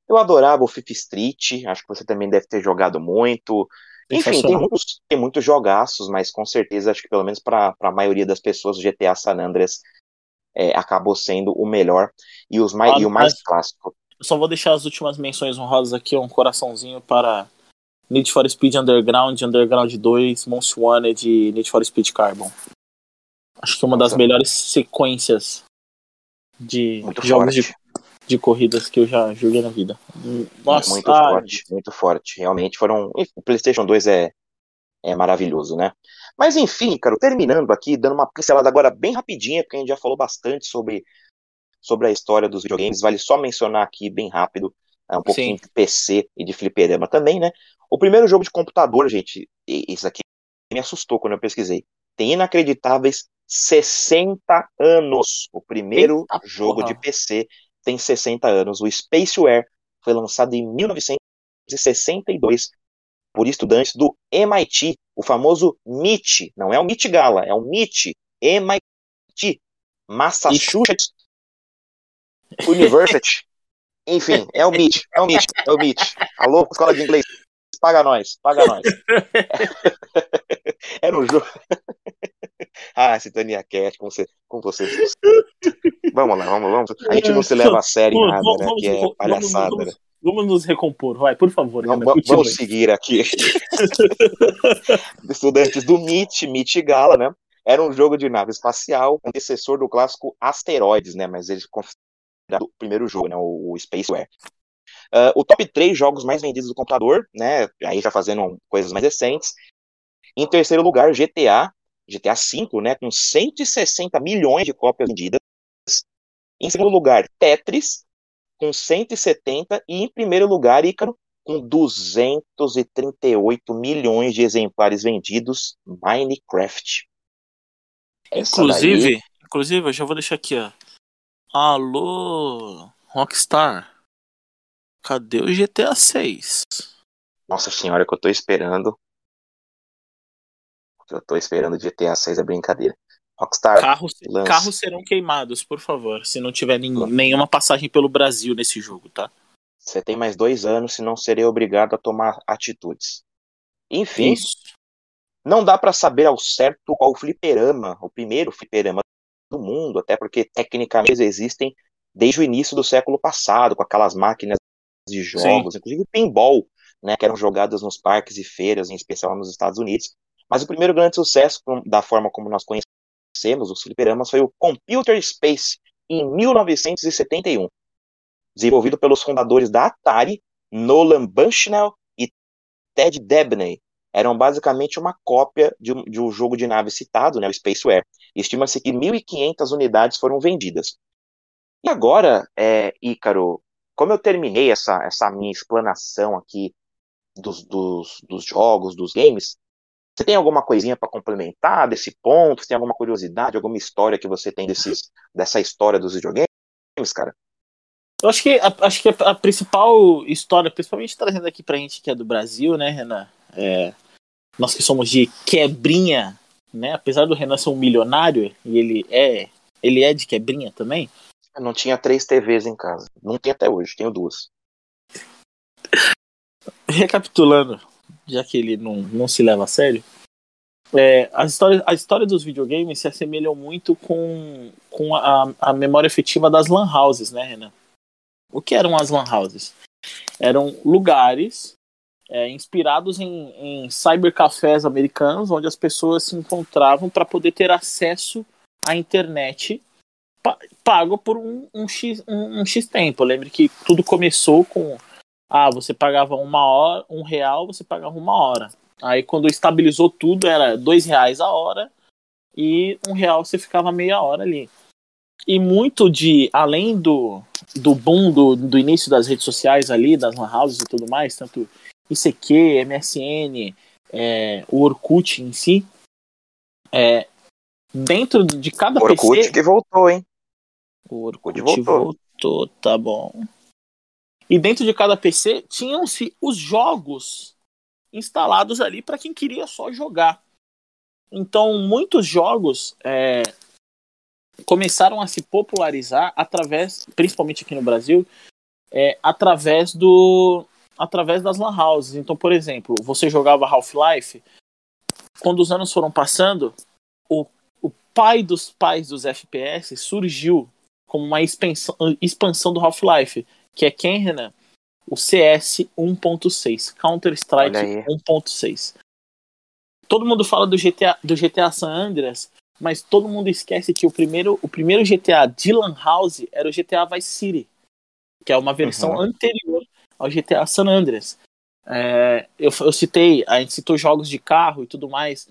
Eu adorava o Fifth Street, acho que você também deve ter jogado muito. Enfim, Sensacional. tem muitos jogaços, mas com certeza acho que pelo menos para a maioria das pessoas o GTA San Andreas acabou sendo o melhor e o mais clássico. Eu só vou deixar as últimas menções honrosas aqui, um coraçãozinho para Need for Speed Underground, Underground 2, Most Wanted e Need for Speed Carbon. Acho que é uma das Nossa, melhores sequências de muito jogos forte. de corridas que eu já joguei na vida. Nossa, Muito forte, muito forte. Realmente foram. O PlayStation 2 é maravilhoso, né? Mas enfim, cara, terminando aqui, dando uma pincelada agora bem rapidinha, porque a gente já falou bastante sobre a história dos videogames. Vale só mencionar aqui bem rápido um pouquinho sim. de PC e de fliperama também, né? O primeiro jogo de computador, gente, isso aqui me assustou quando eu pesquisei. Tem inacreditáveis 60 anos. O primeiro Eita jogo de porra. PC tem 60 anos. O Spaceware foi lançado em 1962 por estudantes do MIT, o famoso MIT, não é o MIT Gala, é o MIT, MIT, Massachusetts University. Enfim, é o MIT, é o MIT, é o MIT. Alô, escola de inglês, paga nós, paga nós. Era um jogo. Ah, Cidadania Cat, com vocês. Vamos lá, vamos. A gente não se leva a sério em nada, né? Que é palhaçada, né? Vamos nos recompor, vai, por favor, Renan, Vamos continue. seguir aqui. Estudantes do MIT Gala, né? Era um jogo de nave espacial, antecessor do clássico Asteroids, né? Mas eles consideraram o primeiro jogo, né? O Spaceware. O top 3 jogos mais vendidos do computador, né? Aí já fazendo coisas mais recentes. Em terceiro lugar, GTA V, né? Com 160 milhões de cópias vendidas. Em segundo lugar, Tetris, com 170. E em primeiro lugar, Ícaro, com 238 milhões de exemplares vendidos, Minecraft. Essa daí. Inclusive, eu já vou deixar aqui, ó. Alô, Rockstar. Cadê o GTA 6? Nossa senhora, que eu tô esperando. O que eu tô esperando de GTA 6 é brincadeira. Rockstar, lança. Carros serão queimados, por favor, se não tiver nenhuma passagem pelo Brasil nesse jogo, tá? Você tem mais 2 anos, senão serei obrigado a tomar atitudes. Enfim, Isso. não dá para saber ao certo qual o primeiro fliperama do mundo, até porque tecnicamente existem desde o início do século passado, com aquelas máquinas de Sim. jogos, inclusive pinball, né, que eram jogadas nos parques e feiras, em especial nos Estados Unidos. Mas o primeiro grande sucesso, da forma como nós conhecemos os fliperamas, foi o Computer Space, em 1971, desenvolvido pelos fundadores da Atari, Nolan Bushnell e Ted Debney. Eram basicamente uma cópia de um jogo de nave citado, né, o Spaceware. Estima-se que 1.500 unidades foram vendidas. E agora, Ícaro, como eu terminei essa minha explanação aqui dos jogos, dos games, você tem alguma coisinha para complementar desse ponto? Você tem alguma curiosidade, alguma história que você tem dessa história dos videogames, cara? Eu acho que a principal história, principalmente trazendo aqui pra gente que é do Brasil, né, Renan? Nós que somos de Quebrinha, né? Apesar do Renan ser um milionário, e ele é de Quebrinha também. Eu não tinha 3 TVs em casa. Não tenho até hoje, tenho 2. Recapitulando, já que ele não se leva a sério, a história dos videogames se assemelham muito com a memória efetiva das lan houses, né, Renan? O que eram as lan houses? Eram lugares inspirados em cybercafés americanos, onde as pessoas se encontravam para poder ter acesso à internet pago por um X tempo. Lembre que tudo começou com você pagava R$1, você pagava 1 hora. Aí quando estabilizou tudo era R$2 a hora e R$1 você ficava meia hora ali. E muito além do boom do início das redes sociais ali, das lan houses e tudo mais, tanto ICQ, MSN, o Orkut em si, dentro de cada Orkut PC... que voltou, hein? O Orkut voltou, tá bom. E dentro de cada PC tinham-se os jogos instalados ali para quem queria só jogar. Então, muitos jogos começaram a se popularizar através, principalmente aqui no Brasil, através das lan houses. Então, por exemplo, você jogava Half-Life, quando os anos foram passando, o pai dos pais dos FPS surgiu como uma expansão do Half-Life, que é quem, Renan? O CS 1.6, Counter-Strike 1.6. Todo mundo fala do GTA San Andreas, mas todo mundo esquece que o primeiro GTA de Lan House era o GTA Vice City, que é uma versão anterior ao GTA San Andreas. Eu citei, a gente citou jogos de carro e tudo mais.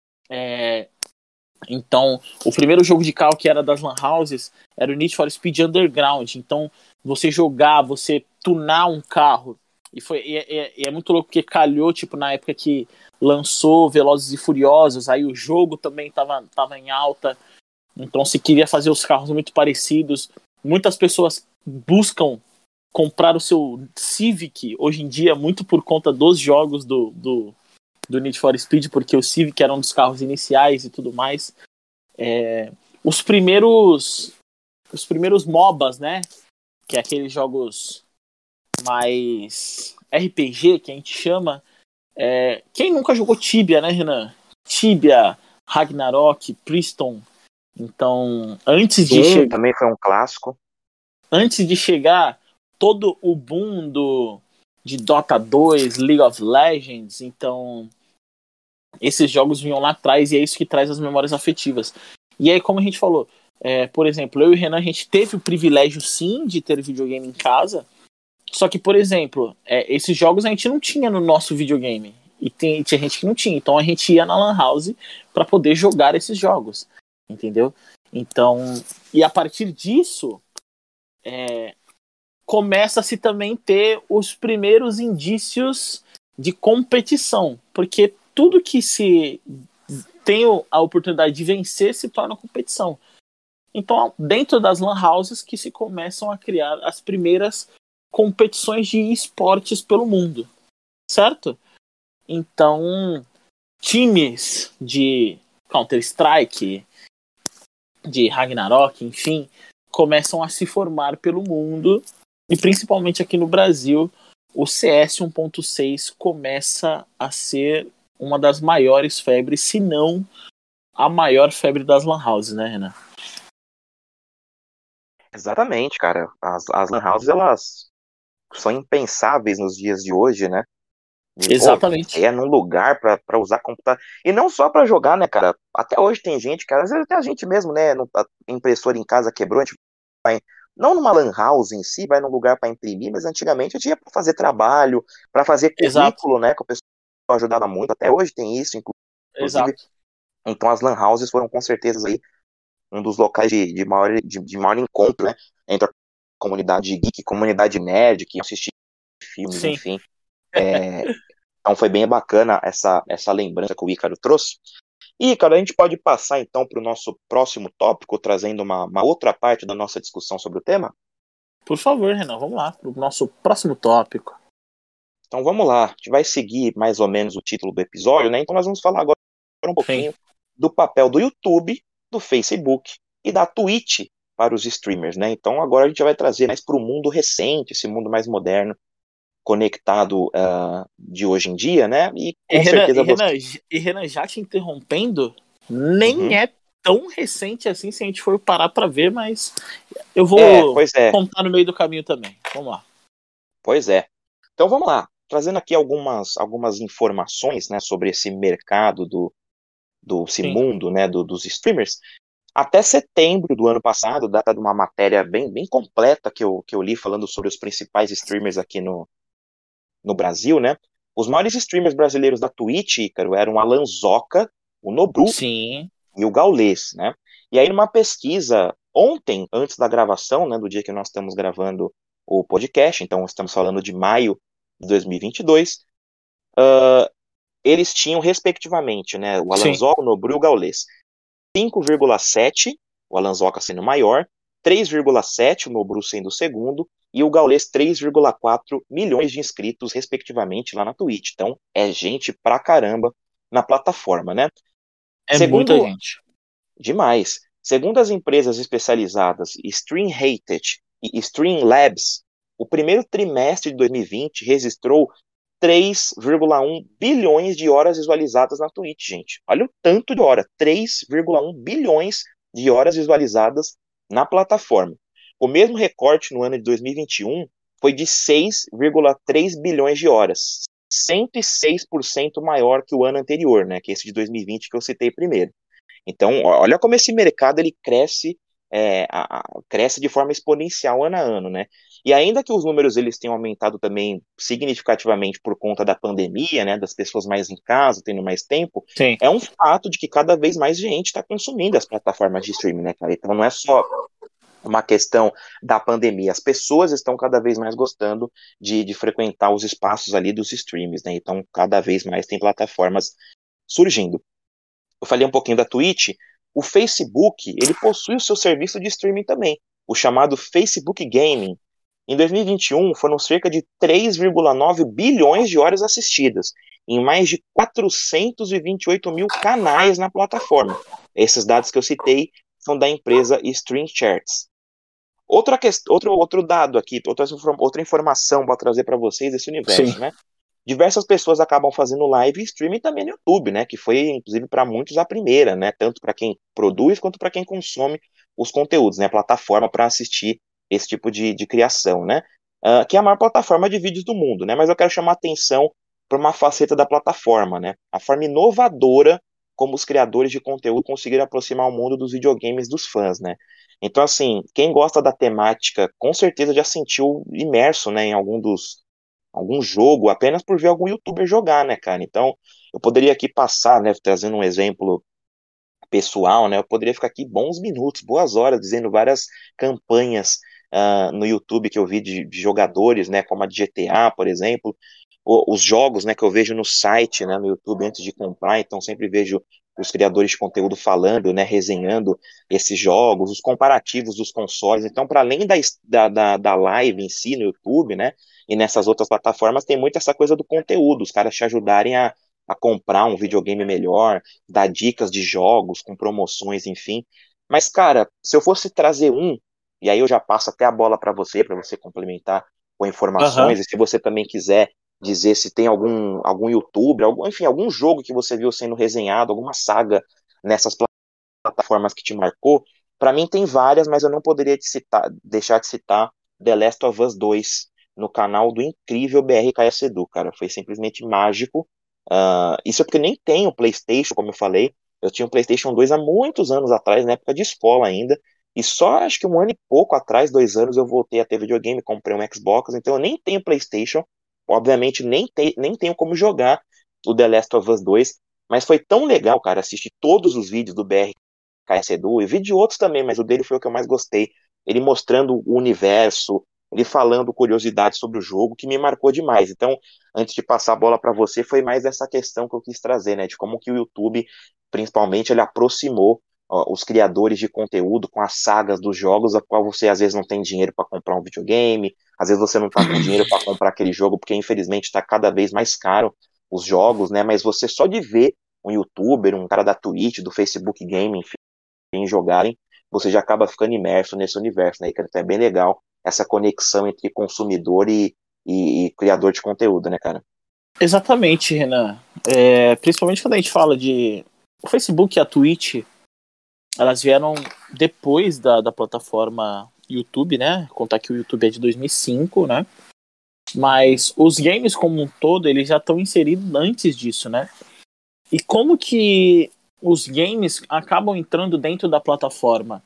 Então, o primeiro jogo de carro que era das Lan Houses era o Need for Speed Underground. Então, você jogar, você tunar um carro. E é muito louco porque calhou, tipo, na época que lançou Velozes e Furiosos, aí o jogo também tava em alta. Então, se queria fazer os carros muito parecidos. Muitas pessoas buscam comprar o seu Civic hoje em dia muito por conta dos jogos do Need for Speed, porque o Civic era um dos carros iniciais e tudo mais. Os primeiros MOBAs, né? Que é aqueles jogos mais RPG, que a gente chama. Quem nunca jogou Tibia, né, Renan? Tibia, Ragnarok, Priston. Então, antes de chegar... também foi um clássico. Antes de chegar todo o boom de Dota 2, League of Legends, então esses jogos vinham lá atrás e é isso que traz as memórias afetivas. E aí, como a gente falou, por exemplo, eu e o Renan, a gente teve o privilégio sim de ter videogame em casa, só que, por exemplo, esses jogos a gente não tinha no nosso videogame. E tinha gente que não tinha. Então a gente ia na Lan House para poder jogar esses jogos. Entendeu? Então, e a partir disso, começa-se também ter os primeiros indícios de competição. Porque tudo que se tem a oportunidade de vencer se torna competição. Então, dentro das Lan Houses que se começam a criar as primeiras competições de esportes pelo mundo, certo? Então, times de Counter-Strike, de Ragnarok, enfim, começam a se formar pelo mundo e principalmente aqui no Brasil, o CS 1.6 começa a ser uma das maiores febres, se não a maior febre das Lan Houses, né, Renan? Exatamente, cara. As Lan Houses, elas são impensáveis nos dias de hoje, né? Exatamente. Num lugar pra usar computador. E não só pra jogar, né, cara? Até hoje tem gente, cara, às vezes até a gente mesmo, né? A impressora em casa quebrou, a gente vai, não numa Lan House em si, vai num lugar pra imprimir, mas antigamente a gente ia pra fazer trabalho, pra fazer currículo, né? Que o pessoal ajudava muito. Até hoje tem isso, inclusive. Exato. Então as Lan Houses foram com certeza aí um dos locais de maior encontro, né? Entre a comunidade geek, comunidade nerd, que assistia filmes, Sim. enfim. Então foi bem bacana essa lembrança que o Ícaro trouxe. E, Ícaro, a gente pode passar então para o nosso próximo tópico, trazendo uma outra parte da nossa discussão sobre o tema? Por favor, Renan, vamos lá para o nosso próximo tópico. Então vamos lá, a gente vai seguir mais ou menos o título do episódio, né? Então nós vamos falar agora um pouquinho do papel do YouTube, do Facebook e da Twitch para os streamers, né? Então agora a gente vai trazer mais para o mundo recente, esse mundo mais moderno, conectado de hoje em dia, né? E com certeza Renan, já te interrompendo, nem é tão recente assim se a gente for parar para ver, mas eu vou contar no meio do caminho também. Vamos lá. Pois é. Então vamos lá, trazendo aqui algumas informações, né, sobre esse mercado esse mundo, né, dos streamers. Até setembro do ano passado, data de uma matéria bem completa que eu li falando sobre os principais streamers aqui no Brasil, né? Os maiores streamers brasileiros da Twitch, Ícaro, eram o Alan Zoca, o Nobru e o Gaules, né? E aí numa pesquisa ontem, antes da gravação, né, do dia que nós estamos gravando o podcast, então estamos falando de maio de 2022, eles tinham respectivamente, né, o Alan Zoca, o Nobru e o Gaules, 5,7, o Alan Zoca sendo maior, 3,7, o Nobru sendo o segundo, e o Gaules 3,4 milhões de inscritos, respectivamente, lá na Twitch. Então, é gente pra caramba na plataforma, né? Muita gente. Demais. Segundo as empresas especializadas Streamhated e Streamlabs, o primeiro trimestre de 2020 registrou 3,1 bilhões de horas visualizadas na Twitch, gente. Olha o tanto de hora, 3,1 bilhões de horas visualizadas na plataforma. O mesmo recorte no ano de 2021 foi de 6,3 bilhões de horas, 106% maior que o ano anterior, né, que esse de 2020 que eu citei primeiro. Então, olha como esse mercado ele cresce, cresce de forma exponencial ano a ano, né? E ainda que os números eles tenham aumentado também significativamente por conta da pandemia, né, das pessoas mais em casa, tendo mais tempo, Sim. é um fato de que cada vez mais gente está consumindo as plataformas de streaming, né, cara? Então não é só uma questão da pandemia, as pessoas estão cada vez mais gostando de frequentar os espaços ali dos streams, né? Então cada vez mais tem plataformas surgindo. Eu falei um pouquinho da Twitch, o Facebook, ele possui o seu serviço de streaming também, o chamado Facebook Gaming. Em 2021, foram cerca de 3,9 bilhões de horas assistidas, em mais de 428 mil canais na plataforma. Esses dados que eu citei são da empresa Stream Charts. Outro dado aqui, outra informação para trazer para vocês desse universo, Sim. né? Diversas pessoas acabam fazendo live e streaming também no YouTube, né? Que foi, inclusive, para muitos a primeira, né? Tanto para quem produz quanto para quem consome os conteúdos, né? Plataforma para assistir esse tipo de criação, né? Que é a maior plataforma de vídeos do mundo, né? Mas eu quero chamar a atenção para uma faceta da plataforma, né? A forma inovadora como os criadores de conteúdo conseguiram aproximar o mundo dos videogames dos fãs, né? Então, assim, quem gosta da temática, com certeza já sentiu imerso, né, em algum jogo apenas por ver algum youtuber jogar, né, cara? Então, eu poderia aqui passar, né, trazendo um exemplo pessoal, né, eu poderia ficar aqui bons minutos, boas horas, dizendo várias campanhas no YouTube que eu vi de jogadores, né, como a de GTA, por exemplo, os jogos, né, que eu vejo no site, né, no YouTube antes de comprar, então sempre vejo os criadores de conteúdo falando, né, resenhando esses jogos, os comparativos dos consoles. Então, para além da live em si no YouTube, né, e nessas outras plataformas, tem muito essa coisa do conteúdo, os caras te ajudarem a comprar um videogame melhor, dar dicas de jogos com promoções, enfim. Mas, cara, se eu fosse trazer e aí eu já passo até a bola para você complementar com Aham. informações, e se você também quiser dizer se tem algum youtuber, enfim, algum jogo que você viu sendo resenhado, alguma saga nessas plataformas que te marcou, para mim tem várias, mas eu não poderia deixar de citar The Last of Us 2 no canal do incrível BRKS Edu, cara, foi simplesmente mágico. Isso é porque eu nem tenho PlayStation, como eu falei, eu tinha um PlayStation 2 há muitos anos atrás, na época de escola ainda, e só acho que um ano e pouco atrás, 2 anos, eu voltei a ter videogame, comprei um Xbox, então eu nem tenho PlayStation, obviamente nem tenho como jogar o The Last of Us 2, mas foi tão legal, cara, assistir todos os vídeos do BRKS Edu, e vi de outros também, mas o dele foi o que eu mais gostei, ele mostrando o universo, ele falando curiosidades sobre o jogo, que me marcou demais. Então, antes de passar a bola para você, foi mais essa questão que eu quis trazer, né, de como que o YouTube, principalmente, ele aproximou os criadores de conteúdo com as sagas dos jogos, a qual você às vezes não tem dinheiro para comprar um videogame, às vezes você não está com dinheiro para comprar aquele jogo, porque infelizmente está cada vez mais caro os jogos, né? Mas você só de ver um youtuber, um cara da Twitch, do Facebook Gaming, enfim, jogarem, você já acaba ficando imerso nesse universo, né? Então é bem legal essa conexão entre consumidor e criador de conteúdo, né, cara? Exatamente, Renan. Principalmente quando a gente fala de. O Facebook e a Twitch, elas vieram depois da plataforma YouTube, né? Contar que o YouTube é de 2005, né? Mas os games como um todo, eles já estão inseridos antes disso, né? E como que os games acabam entrando dentro da plataforma?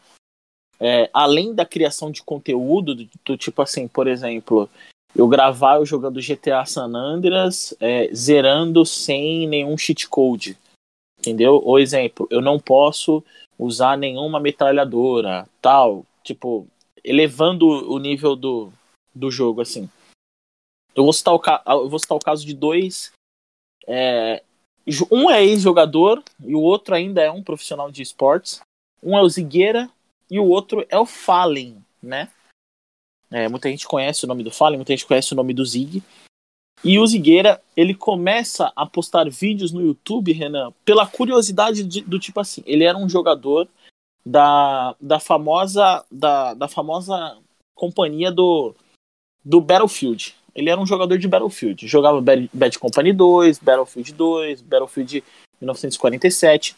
Além da criação de conteúdo, do tipo assim, por exemplo, eu gravar eu jogando GTA San Andreas, zerando sem nenhum cheat code, entendeu? Ou exemplo, eu não posso usar nenhuma metralhadora, tal, tipo, elevando o nível do jogo, assim. Eu vou citar o caso de dois. Um é ex-jogador e o outro ainda é um profissional de esportes. Um é o Zigueira e o outro é o Fallen, né? Muita gente conhece o nome do Fallen, muita gente conhece o nome do Zig. E o Zigueira, ele começa a postar vídeos no YouTube, Renan, pela curiosidade do tipo assim, ele era um jogador da famosa companhia do do Battlefield. Ele era um jogador de Battlefield. Jogava Bad Company 2, Battlefield 2, Battlefield 1947.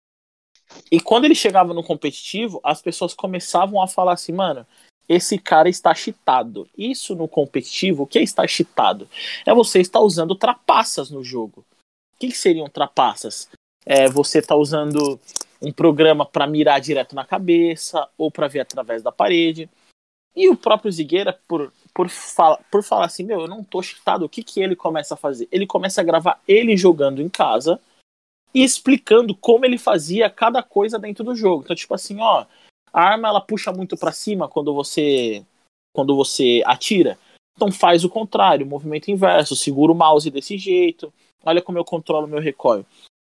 E quando ele chegava no competitivo, as pessoas começavam a falar assim, mano, esse cara está cheatado. Isso no competitivo, o que é estar cheatado? É você estar usando trapaças no jogo. O que seriam trapaças? É você estar usando um programa para mirar direto na cabeça ou para ver através da parede. E o próprio Zigueira, por falar assim, meu, eu não tô cheatado, o que ele começa a fazer? Ele começa a gravar ele jogando em casa e explicando como ele fazia cada coisa dentro do jogo. Então, tipo assim, ó, a arma ela puxa muito para cima quando você atira. Então faz o contrário, o movimento inverso, segura o mouse desse jeito. Olha como eu controlo meu recoil.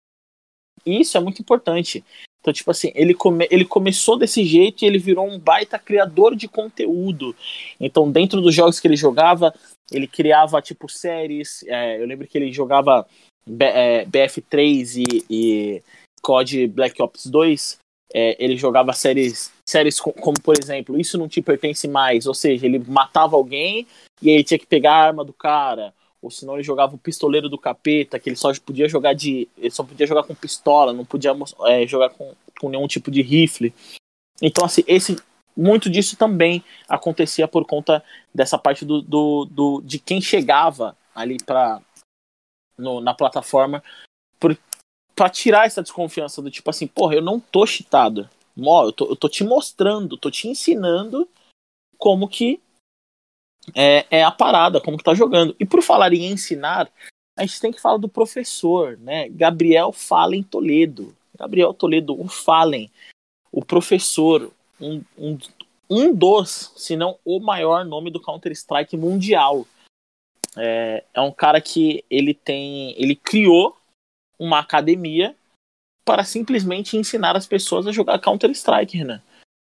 E isso é muito importante. Então, tipo assim, ele começou desse jeito e ele virou um baita criador de conteúdo. Então, dentro dos jogos que ele jogava, ele criava, tipo, séries. Eu lembro que ele jogava BF3 e COD Black Ops 2. Ele jogava séries como, por exemplo, Isso Não Te Pertence Mais. Ou seja, ele matava alguém e aí ele tinha que pegar a arma do cara. Ou senão ele jogava o Pistoleiro do Capeta, que ele só podia jogar com pistola, não podia jogar com nenhum tipo de rifle. Então, assim, muito disso também acontecia por conta dessa parte de quem chegava ali na plataforma pra tirar essa desconfiança do tipo assim, porra, eu não tô cheatado. Eu tô te mostrando, tô te ensinando como que é a parada, como que tá jogando. E por falar em ensinar, a gente tem que falar do professor, né? Gabriel Fallen Toledo. Gabriel Toledo, o Fallen, o professor, um dos, se não o maior nome do Counter-Strike mundial. É um cara que ele criou uma academia para simplesmente ensinar as pessoas a jogar Counter-Strike, Renan.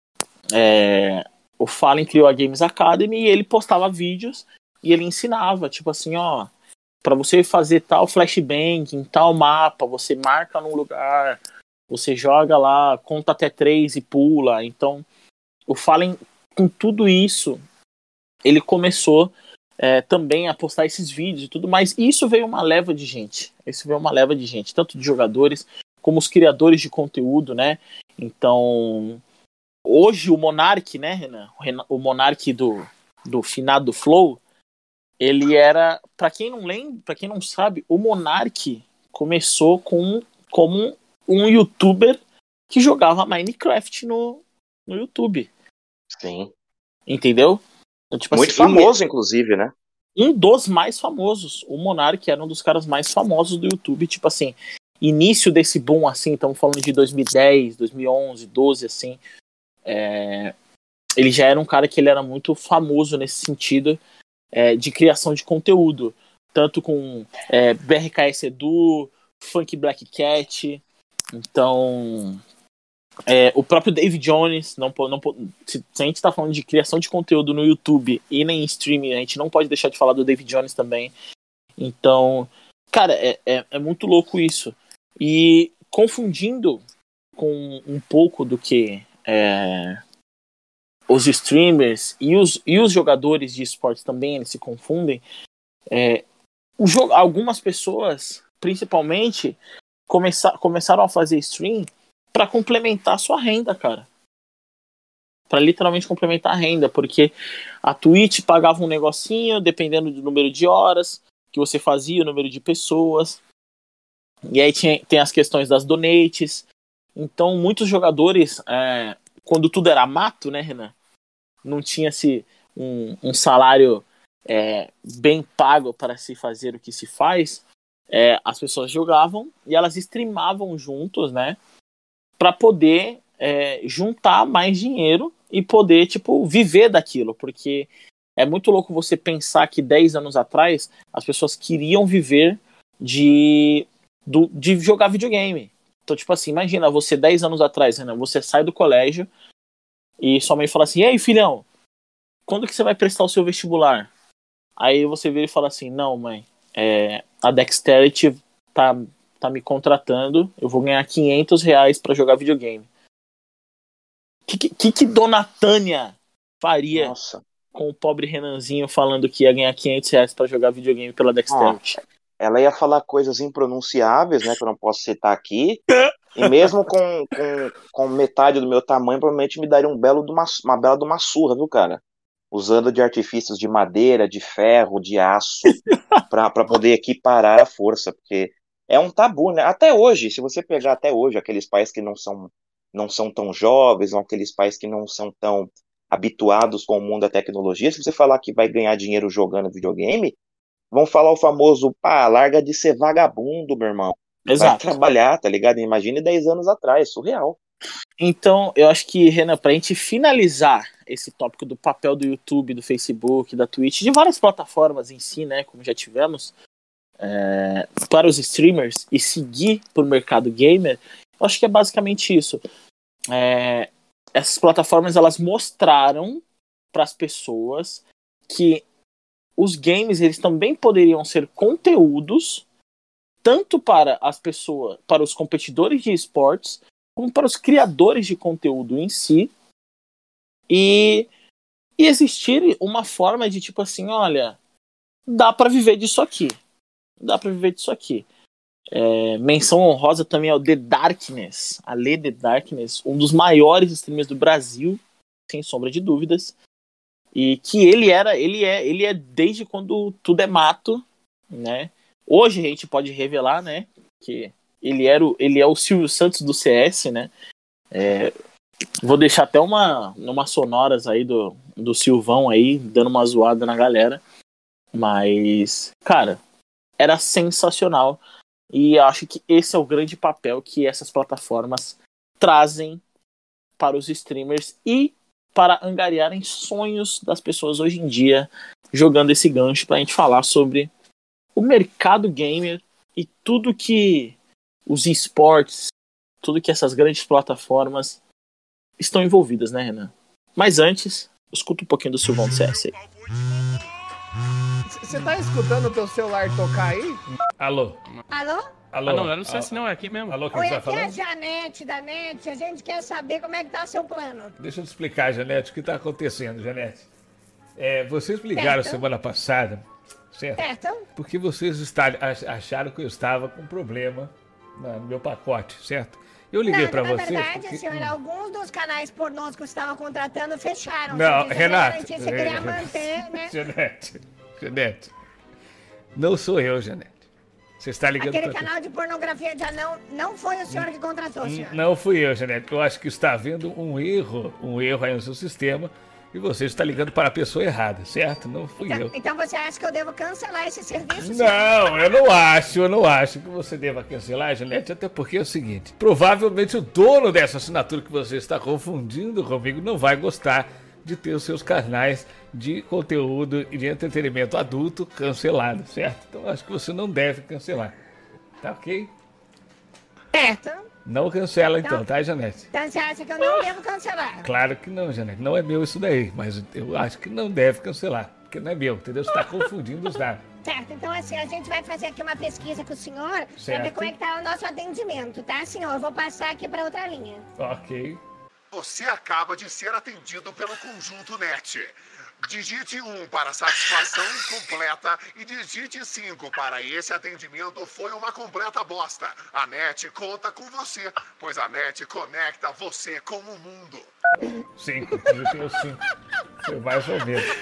O Fallen criou a Games Academy e ele postava vídeos e ele ensinava, tipo assim, ó, pra você fazer tal flashbang em tal mapa, você marca num lugar, você joga lá, conta até 3 e pula. Então, o Fallen, com tudo isso, ele começou também a postar esses vídeos e tudo mais. E isso veio uma leva de gente. Tanto de jogadores como os criadores de conteúdo, né? Então, hoje o Monark, né, Renan? O Monark do finado Flow, ele era, pra quem não lembra, pra quem não sabe, o Monark começou como um youtuber que jogava Minecraft no YouTube. Sim. Entendeu? Então, tipo muito assim, famoso, inclusive, né? Um dos mais famosos. O Monark era um dos caras mais famosos do YouTube. Tipo assim, início desse boom, assim, estamos falando de 2010, 2011, 12, assim. Ele já era um cara que ele era muito famoso nesse sentido de criação de conteúdo. Tanto com BRKS Edu, Funk Black Cat. Então, o próprio David Jones, se a gente está falando de criação de conteúdo no YouTube e nem em streaming, a gente não pode deixar de falar do David Jones também. Então, cara, é muito louco isso. E confundindo com um pouco do que os streamers e os jogadores de esportes também eles se confundem, algumas pessoas, principalmente, começaram a fazer stream para complementar a sua renda, cara. Para literalmente complementar a renda, porque a Twitch pagava um negocinho dependendo do número de horas que você fazia, o número de pessoas. E aí tem as questões das donates. Então, muitos jogadores, quando tudo era mato, né, Renan? Não tinha-se um salário bem pago para se fazer o que se faz. As pessoas jogavam e elas streamavam juntos, né? Para poder juntar mais dinheiro e poder, tipo, viver daquilo. Porque é muito louco você pensar que 10 anos atrás as pessoas queriam viver de jogar videogame. Então, tipo assim, imagina você 10 anos atrás, Renan, você sai do colégio e sua mãe fala assim, e aí, filhão, quando que você vai prestar o seu vestibular? Aí você vira e fala assim, não, mãe, a Dexterity tá me contratando, eu vou ganhar R$500 pra jogar videogame. Que Dona Tânia faria Nossa. com o pobre Renanzinho falando que ia ganhar R$ 500 pra jogar videogame pela Dexterity. Ela ia falar coisas impronunciáveis, né, que eu não posso citar aqui, e mesmo com metade do meu tamanho, provavelmente me daria uma bela de uma surra, viu, cara? Usando de artifícios de madeira, de ferro, de aço, para poder equiparar a força, porque é um tabu, né? Até hoje, se você pegar até hoje aqueles pais que não são tão jovens, ou aqueles pais que não são tão habituados com o mundo da tecnologia, se você falar que vai ganhar dinheiro jogando videogame, vão falar o famoso, pá, larga de ser vagabundo, meu irmão. Vai Exato. trabalhar, tá ligado? Imagine 10 anos atrás, surreal. Então, eu acho que, Renan, pra gente finalizar esse tópico do papel do YouTube, do Facebook, da Twitch, de várias plataformas em si, né, como já tivemos, para os streamers e seguir pro mercado gamer, eu acho que é basicamente isso. Essas plataformas, elas mostraram para as pessoas que os games, eles também poderiam ser conteúdos tanto para as pessoas, para os competidores de esportes, como para os criadores de conteúdo em si, e existir uma forma de tipo assim, olha, dá para viver disso aqui, menção honrosa também ao The Darkness, a Lê The Darkness, um dos maiores streamers do Brasil, sem sombra de dúvidas, e que ele é desde quando tudo é mato, né? Hoje a gente pode revelar, né, que ele é o Silvio Santos do CS, né? Vou deixar até umas sonoras aí do Silvão aí, dando uma zoada na galera. Mas, cara, era sensacional. E acho que esse é o grande papel que essas plataformas trazem para os streamers e para angariarem sonhos das pessoas hoje em dia, jogando esse gancho pra gente falar sobre o mercado gamer e tudo que os esportes, tudo que essas grandes plataformas estão envolvidas, né, Renan? Mas antes, escuta um pouquinho do Silvão do CS aí. Você tá escutando o teu celular tocar aí? Alô? Alô? Alô? Ah, não é CS não, é aqui mesmo. Alô, quem Oi, tá aqui é a falando? Janete da NET. A gente quer saber como é que tá seu plano. Deixa eu te explicar, Janete, o que tá acontecendo, Janete. Vocês me ligaram Certo. semana passada, certo? Certo? Porque vocês acharam que eu estava com problema no meu pacote, certo? Eu liguei Não, pra na vocês verdade, porque... senhor, alguns dos canais pornôs que você estava contratando fecharam. Não, Você Renato. Você queria manter, né? Janete. Não sou eu, Janete. Você está ligando Aquele pra... canal de pornografia já não foi o senhor que contratou, senhor. Não fui eu, Janete. Eu acho que está havendo um erro aí no seu sistema e você está ligando para a pessoa errada, certo? Não fui eu. Então você acha que eu devo cancelar esse serviço? Não, eu não acho que você deva cancelar, Janete, até porque é o seguinte, provavelmente o dono dessa assinatura que você está confundindo comigo não vai gostar de ter os seus canais de conteúdo e de entretenimento adulto cancelados, certo? Então acho que você não deve cancelar, tá ok? Certo. Não cancela então, tá, Janete? Então você acha que eu não devo cancelar? Claro que não, Janete, não é meu isso daí, mas eu acho que não deve cancelar, porque não é meu, entendeu? Você está confundindo os dados. Certo, então assim, a gente vai fazer aqui uma pesquisa com o senhor pra Certo. ver como é que tá o nosso atendimento, tá, senhor? Eu vou passar aqui pra outra linha. Ok. Você acaba de ser atendido pelo Conjunto NET. Digite 1 para satisfação incompleta e digite 5 para esse atendimento foi uma completa bosta. A NET conta com você, pois a NET conecta você com o mundo. 5, digitei o 5. Foi mais ou menos.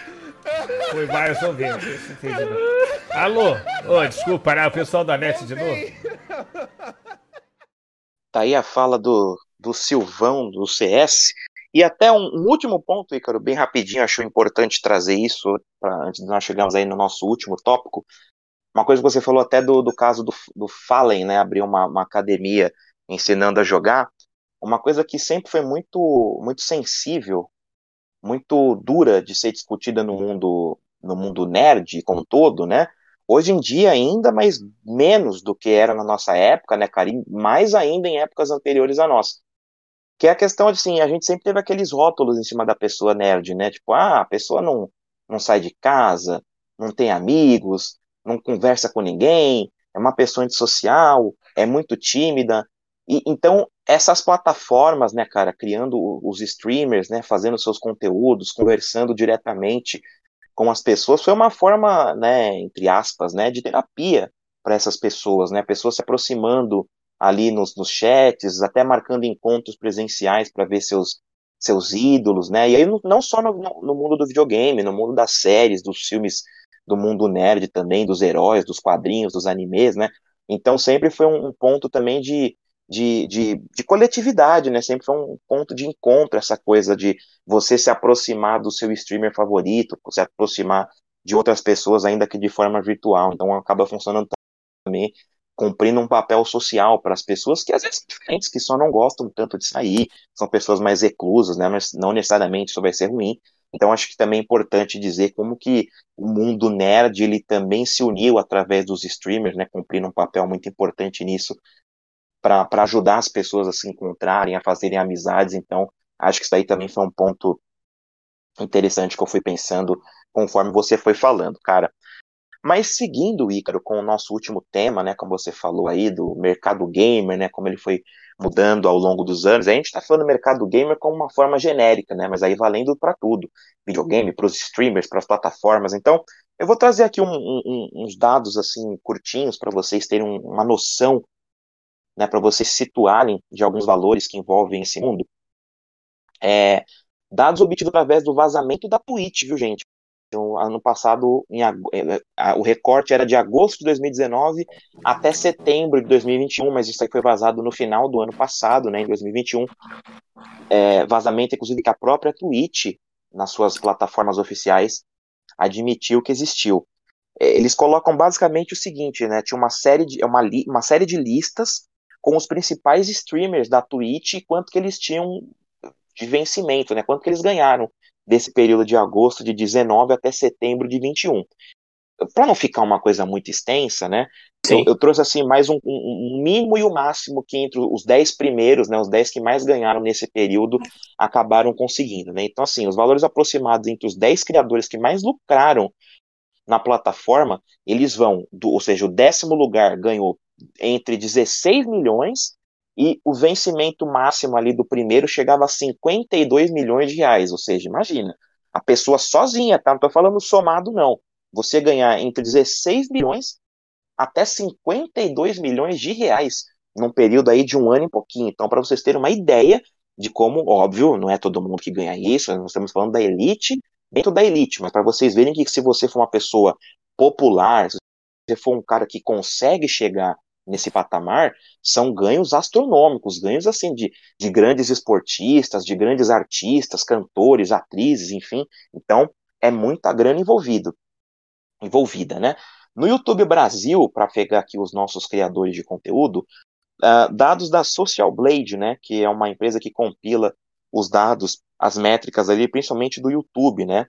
Esse entendimento. Alô? Desculpa, né? O pessoal da NET de novo? Tá aí a fala do Silvão, do CS. E até um último ponto, Ícaro, bem rapidinho, acho importante trazer isso antes de nós chegarmos aí no nosso último tópico. Uma coisa que você falou até do caso do Fallen, né, abrir uma academia ensinando a jogar. Uma coisa que sempre foi muito, muito sensível, muito dura de ser discutida no mundo nerd como um todo, né? Hoje em dia ainda, mas menos do que era na nossa época, né, cara? E mais ainda em épocas anteriores à nossa. Que é a questão de, assim, a gente sempre teve aqueles rótulos em cima da pessoa nerd, né? Tipo, a pessoa não sai de casa, não tem amigos, não conversa com ninguém, é uma pessoa antissocial, é muito tímida. E então, essas plataformas, né, cara, criando os streamers, né, fazendo seus conteúdos, conversando diretamente com as pessoas, foi uma forma, né, entre aspas, né, de terapia para essas pessoas, né, pessoas se aproximando ali nos chats, até marcando encontros presenciais para ver seus ídolos, né, e aí não só no mundo do videogame, no mundo das séries, dos filmes, do mundo nerd também, dos heróis, dos quadrinhos, dos animes, né, então sempre foi um ponto também de coletividade, né, sempre foi um ponto de encontro, essa coisa de você se aproximar do seu streamer favorito, se aproximar de outras pessoas, ainda que de forma virtual. Então acaba funcionando também, cumprindo um papel social para as pessoas que às vezes são diferentes, que só não gostam tanto de sair, são pessoas mais reclusas, né? Mas não necessariamente isso vai ser ruim. Então acho que também é importante dizer como que o mundo nerd ele também se uniu através dos streamers, né? Cumprindo um papel muito importante nisso para ajudar as pessoas a se encontrarem, a fazerem amizades. Então acho que isso aí também foi um ponto interessante que eu fui pensando conforme você foi falando, cara. Mas seguindo, Ícaro, com o nosso último tema, né, como você falou aí, do mercado gamer, né, como ele foi mudando ao longo dos anos, a gente está falando do mercado gamer como uma forma genérica, né, mas aí valendo para tudo, videogame, para os streamers, para as plataformas. Então, eu vou trazer aqui uns dados assim curtinhos para vocês terem uma noção, né, para vocês se situarem de alguns valores que envolvem esse mundo. Dados obtidos através do vazamento da Twitch, viu, gente? Então, ano passado, o recorte era de agosto de 2019 até setembro de 2021, mas isso aí foi vazado no final do ano passado, né, em 2021. Vazamento, inclusive, que a própria Twitch, nas suas plataformas oficiais, admitiu que existiu. Eles colocam basicamente o seguinte, né, tinha uma série de listas com os principais streamers da Twitch e quanto que eles tinham de vencimento, né, quanto que eles ganharam desse período de agosto de 19 até setembro de 21. Para não ficar uma coisa muito extensa, né, eu trouxe assim mais um mínimo e o máximo que entre os 10 primeiros, né, os 10 que mais ganharam nesse período, acabaram conseguindo, né? Então, assim, os valores aproximados entre os 10 criadores que mais lucraram na plataforma, eles vão, ou seja, o 10º lugar ganhou entre 16 milhões e o vencimento máximo ali do primeiro chegava a 52 milhões de reais, ou seja, imagina, a pessoa sozinha, tá? Não tô falando somado não, você ganhar entre 16 milhões até 52 milhões de reais num período aí de um ano e pouquinho. Então, para vocês terem uma ideia de como, óbvio, não é todo mundo que ganha isso, nós estamos falando da elite, dentro da elite, mas para vocês verem que se você for uma pessoa popular, se você for um cara que consegue chegar nesse patamar, são ganhos astronômicos, ganhos assim de grandes esportistas, de grandes artistas, cantores, atrizes, enfim. Então, é muita grana envolvida, né? No YouTube Brasil, para pegar aqui os nossos criadores de conteúdo, dados da Social Blade, né, que é uma empresa que compila os dados, as métricas ali, principalmente do YouTube, né,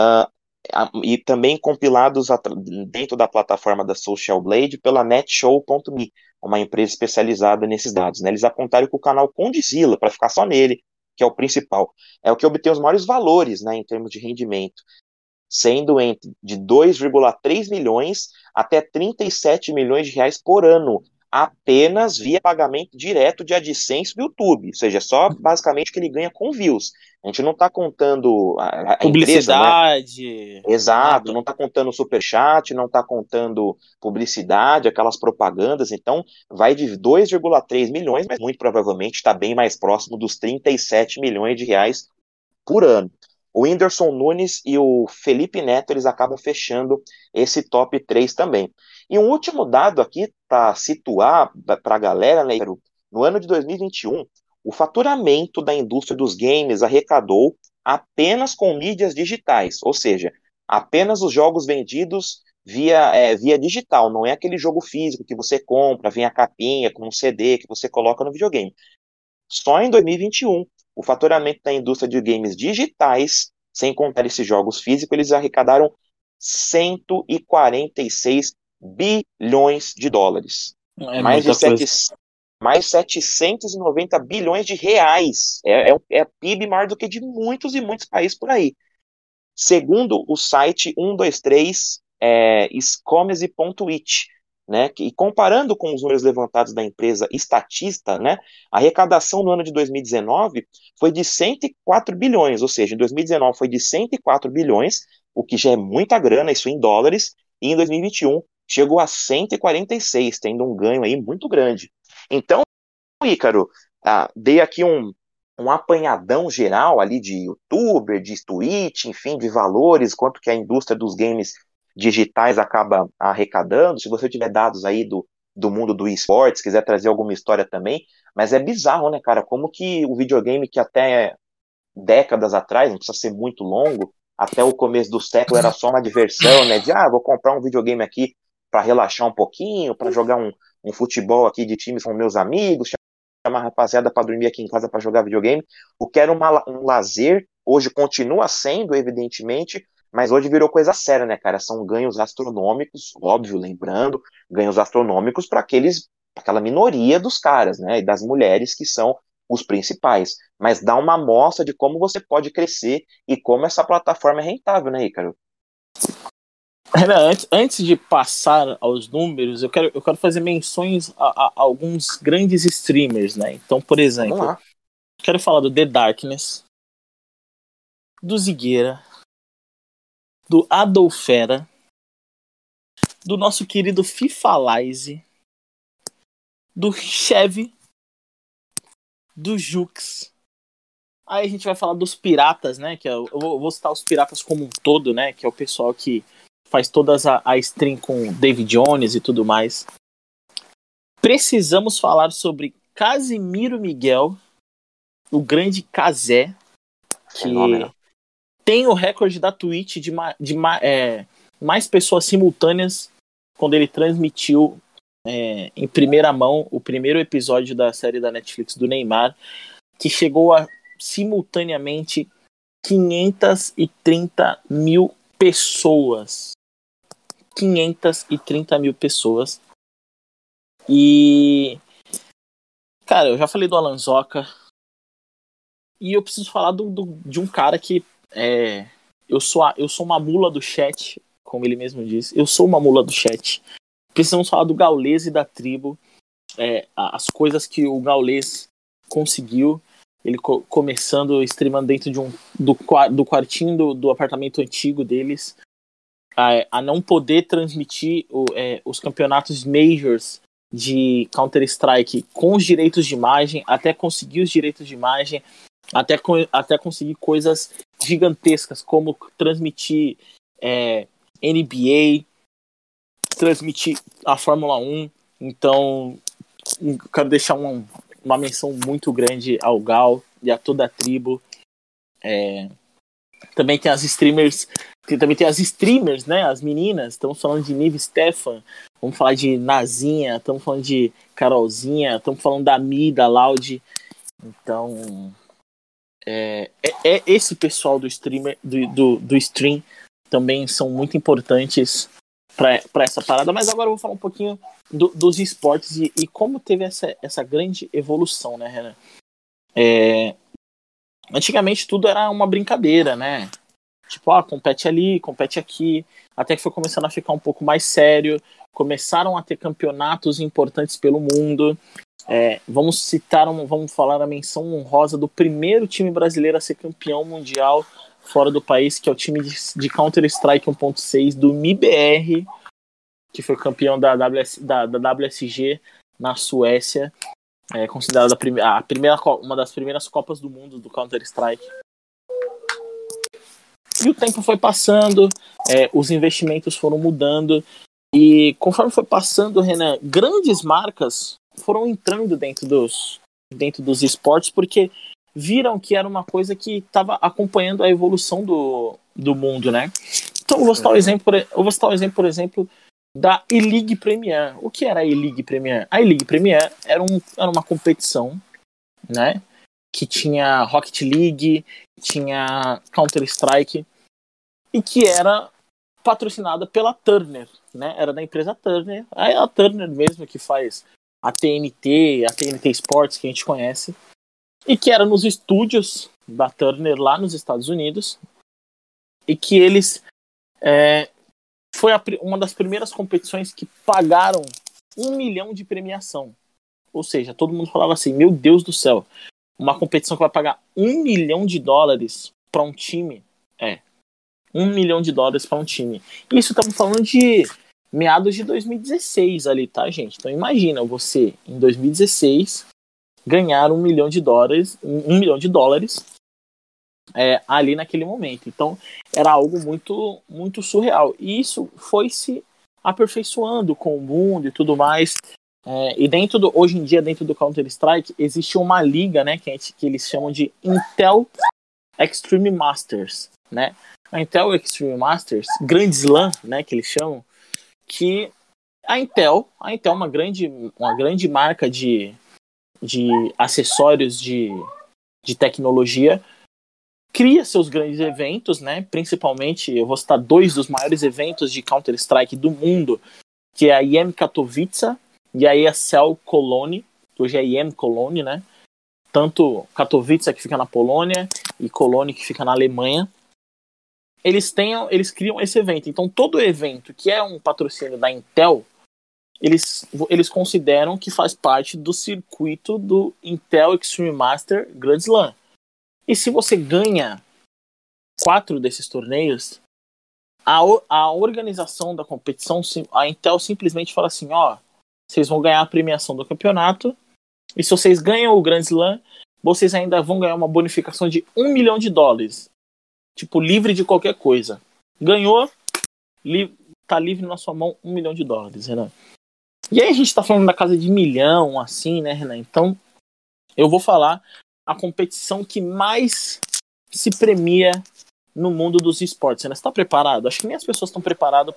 e também compilados dentro da plataforma da Social Blade pela Netshow.me, uma empresa especializada nesses dados, né. Eles apontaram que o canal Condzilla, para ficar só nele, que é o principal, é o que obtém os maiores valores, né, em termos de rendimento, sendo de 2,3 milhões até 37 milhões de reais por ano, apenas via pagamento direto de AdSense do YouTube, ou seja, só basicamente o que ele ganha com views. A gente não está contando a publicidade, empresa, né? Exato, nada. não está contando superchat, não está contando publicidade, aquelas propagandas, então vai de 2,3 milhões, mas muito provavelmente está bem mais próximo dos 37 milhões de reais por ano. O Whindersson Nunes e o Felipe Neto, eles acabam fechando esse top 3 também. E um último dado aqui, para situar para a galera, né, no ano de 2021, o faturamento da indústria dos games arrecadou apenas com mídias digitais, ou seja, apenas os jogos vendidos via digital, não é aquele jogo físico que você compra, vem a capinha com um CD que você coloca no videogame. Só em 2021, o faturamento da indústria de games digitais, sem contar esses jogos físicos, eles arrecadaram 146 bilhões de dólares. Mais 790 bilhões de reais. É PIB maior do que de muitos e muitos países por aí. Segundo o site 123 Scomesy.it, né? E comparando com os números levantados da empresa Statista, né, a arrecadação no ano de 2019 foi de 104 bilhões, ou seja, em 2019 foi de 104 bilhões, o que já é muita grana, isso em dólares, e em 2021 chegou a 146, tendo um ganho aí muito grande. Então, Ícaro, dei aqui um apanhadão geral ali de youtuber, de Twitch, enfim, de valores, quanto que a indústria dos games digitais acaba arrecadando. Se você tiver dados aí do mundo do esportes, quiser trazer alguma história também, mas é bizarro, né, cara, como que o videogame que até décadas atrás, não precisa ser muito longo, até o começo do século era só uma diversão, né, de, vou comprar um videogame aqui para relaxar um pouquinho, para jogar um futebol aqui de times com meus amigos, chamar a rapaziada para dormir aqui em casa para jogar videogame. O que era um lazer, hoje continua sendo, evidentemente, mas hoje virou coisa séria, né, cara? São ganhos astronômicos, óbvio, lembrando, ganhos astronômicos para aquela minoria dos caras, né, e das mulheres que são os principais. Mas dá uma amostra de como você pode crescer e como essa plataforma é rentável, né, Ícaro? Renan, antes de passar aos números, eu quero fazer menções a alguns grandes streamers, né? Então, por exemplo, quero falar do The Darkness, do Zigueira, do Adolfera, do nosso querido Fifalize, do Chevy, do Jux. Aí a gente vai falar dos piratas, né? Que eu vou citar os piratas como um todo, né? Que é o pessoal que faz todas a stream com David Jones e tudo mais. Precisamos falar sobre Casimiro Miguel, o grande Casé, que tem o recorde da Twitch de mais pessoas simultâneas quando ele transmitiu em primeira mão o primeiro episódio da série da Netflix do Neymar, que chegou a simultaneamente 530 mil pessoas. 530 mil pessoas. E, cara, eu já falei do Alan Zoca. E eu preciso falar de um cara que eu sou uma mula do chat, como ele mesmo disse. Eu sou uma mula do chat. Precisamos falar do Gaules e da tribo. As coisas que o Gaules conseguiu. Ele começando, streamando dentro do quartinho do apartamento antigo deles. A não poder transmitir os campeonatos majors de Counter-Strike com os direitos de imagem, até conseguir os direitos de imagem, até conseguir coisas gigantescas, como transmitir NBA, transmitir a Fórmula 1. Então, quero deixar uma menção muito grande ao Gal e a toda a tribo. Também tem as streamers, né? As meninas. Estamos falando de Nive Stefan, vamos falar de Nazinha, estamos falando de Carolzinha, estamos falando da Mi, da Loud. Então, esse pessoal do streamer, do stream também são muito importantes para essa parada. Mas agora eu vou falar um pouquinho dos esportes e como teve essa grande evolução, né, Renan? Antigamente tudo era uma brincadeira, né? Tipo, compete ali, compete aqui. Até que foi começando a ficar um pouco mais sério. Começaram a ter campeonatos importantes pelo mundo. Vamos falar a menção honrosa do primeiro time brasileiro a ser campeão mundial fora do país, que é o time de Counter-Strike 1.6 do MIBR, que foi campeão da WSG na Suécia. Considerada uma das primeiras Copas do Mundo do Counter-Strike. E o tempo foi passando, os investimentos foram mudando, e conforme foi passando, Renan, grandes marcas foram entrando dentro dos esportes, porque viram que era uma coisa que estava acompanhando a evolução do mundo, né? Então eu vou citar um exemplo, por exemplo, da E-League Premier. O que era a E-League Premier? A E-League Premier era uma competição, né? Que tinha Rocket League, tinha Counter-Strike, e que era patrocinada pela Turner, né? Era da empresa Turner. É a Turner mesmo que faz a TNT Sports, que a gente conhece, e que era nos estúdios da Turner lá nos Estados Unidos, e que eles foi uma das primeiras competições que pagaram 1 milhão de premiação. Ou seja, todo mundo falava assim, meu Deus do céu, uma competição que vai pagar 1 milhão de dólares para um time. 1 milhão de dólares para um time. Isso estamos falando de meados de 2016 ali, tá, gente? Então imagina você, em 2016, ganhar 1 milhão de dólares, ali naquele momento. Então era algo muito, muito surreal. E isso foi se aperfeiçoando com o mundo e tudo mais. E hoje em dia, dentro do Counter-Strike, existe uma liga, né, que eles chamam de Intel Extreme Masters, né? A Intel Extreme Masters, Grand Slam, né, que eles chamam, que a Intel é uma grande marca de acessórios de tecnologia, cria seus grandes eventos, né? Principalmente, eu vou citar 2 dos maiores eventos de Counter-Strike do mundo, que é a IEM Katowice e a ESL Cologne, que hoje é a IEM Cologne, né? Tanto Katowice, que fica na Polônia, e Cologne, que fica na Alemanha. Eles criam esse evento. Então, todo evento que é um patrocínio da Intel, eles consideram que faz parte do circuito do Intel Extreme Master Grand Slam. E se você ganha 4 desses torneios, a organização da competição, a Intel simplesmente fala assim, vocês vão ganhar a premiação do campeonato, e se vocês ganham o Grand Slam, vocês ainda vão ganhar uma bonificação de 1 milhão de dólares. Tipo, livre de qualquer coisa. Ganhou, tá livre na sua mão 1 milhão de dólares, Renan. E aí a gente tá falando da casa de milhão, assim, né, Renan? Então, eu vou falar a competição que mais se premia no mundo dos esportes. Você está preparado? Acho que nem as pessoas estão preparadas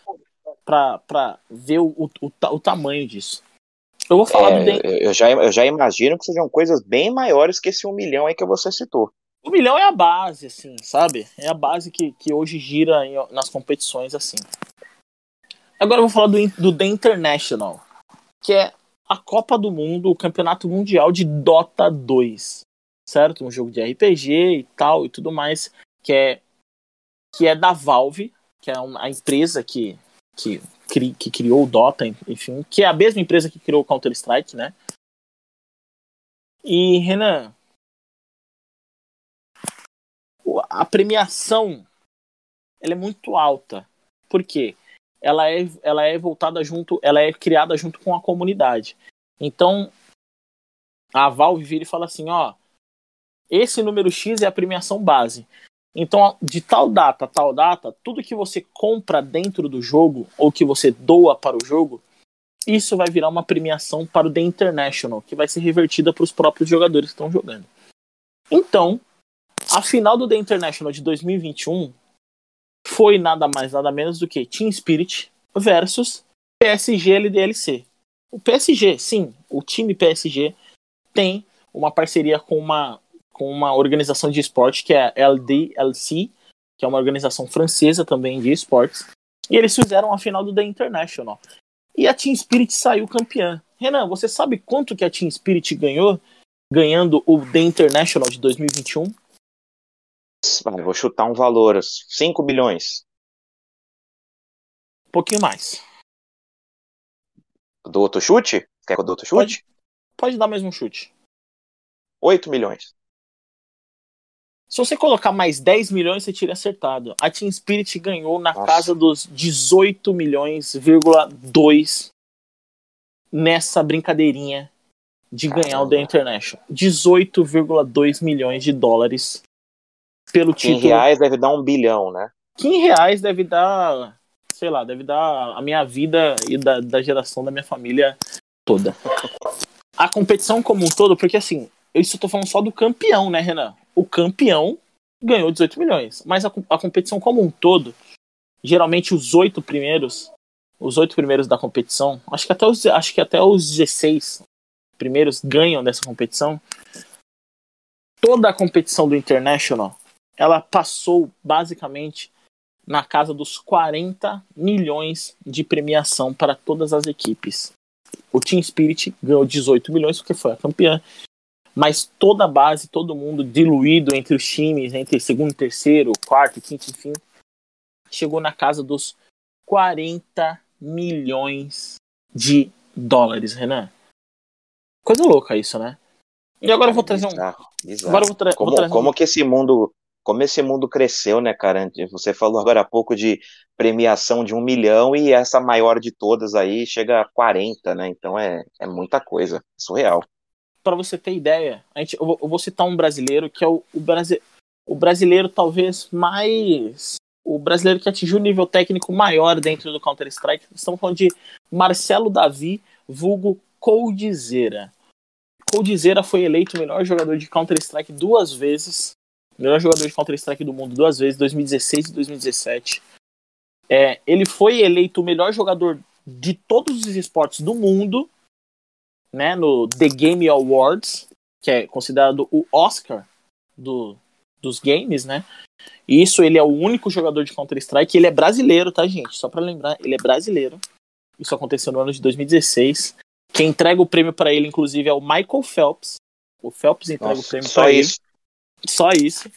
para ver o tamanho disso. Eu vou falar eu já imagino que sejam coisas bem maiores que esse 1 milhão aí que você citou. 1 milhão é a base, assim, sabe? É a base que hoje gira nas competições, assim. Agora eu vou falar do The International, que é a Copa do Mundo, o Campeonato Mundial de Dota 2, certo? Um jogo de RPG e tal e tudo mais, que é da Valve, que é a empresa que criou o Dota, enfim, que é a mesma empresa que criou o Counter-Strike, né? E, Renan, a premiação ela é muito alta. Por quê? Ela é voltada ela é criada junto com a comunidade. Então, a Valve vira e fala assim, esse número X é a premiação base. Então, de tal data a tal data, tudo que você compra dentro do jogo, ou que você doa para o jogo, isso vai virar uma premiação para o The International, que vai ser revertida para os próprios jogadores que estão jogando. Então, a final do The International de 2021 foi nada mais, nada menos do que Team Spirit versus PSG LDLC. O PSG, sim, o time PSG tem uma parceria com uma organização de esporte que é a LDLC, que é uma organização francesa também de esportes, e eles fizeram a final do The International. E a Team Spirit saiu campeã. Renan, você sabe quanto que a Team Spirit ganhou ganhando o The International de 2021? Vou chutar um valor, 5 bilhões. Um pouquinho mais. Do outro chute? Quer que eu dou outro chute? Pode dar mais um chute. 8 milhões. Se você colocar mais 10 milhões, você tira acertado. A Team Spirit ganhou na casa dos 18 milhões,2 nessa brincadeirinha de ganhar o The International. 18,2 milhões de dólares pelo título. Em reais deve dar 1 bilhão, né? Que em reais deve dar, sei lá, deve dar a minha vida e da geração da minha família toda. A competição como um todo, porque assim, isso eu tô falando só do campeão, né, Renan? O campeão ganhou 18 milhões. Mas a competição como um todo, geralmente os 8 primeiros da competição, acho que até os 16 primeiros ganham dessa competição. Toda a competição do International, ela passou basicamente na casa dos 40 milhões de premiação para todas as equipes. O Team Spirit ganhou 18 milhões porque foi a campeã. Mas toda a base, todo mundo diluído entre os times, entre segundo, terceiro, quarto, quinto, enfim, chegou na casa dos 40 milhões de dólares, Renan. Coisa louca isso, né? E agora eu vou trazer Bizarro. Agora eu vou trazer Como que esse mundo, como esse mundo cresceu, né, cara? Você falou agora há pouco de premiação de 1 milhão e essa maior de todas aí chega a 40, né? Então é muita coisa, surreal. Para você ter ideia, eu vou citar um brasileiro que é o brasileiro talvez mais... O brasileiro que atingiu o nível técnico maior dentro do Counter-Strike. Estamos falando de Marcelo Davi, vulgo Coldzera. Coldzera foi eleito o melhor jogador de Counter-Strike 2 vezes. Melhor jogador de Counter-Strike do mundo 2 vezes, 2016 e 2017. Ele foi eleito o melhor jogador de todos os esportes do mundo, né, no The Game Awards, que é considerado o Oscar dos games, né? E isso, ele é o único jogador de Counter-Strike. Ele é brasileiro, tá, gente? Só pra lembrar, ele é brasileiro. Isso aconteceu no ano de 2016. Quem entrega o prêmio pra ele, inclusive, é o Michael Phelps. O Phelps entrega o prêmio pra ele. Só isso.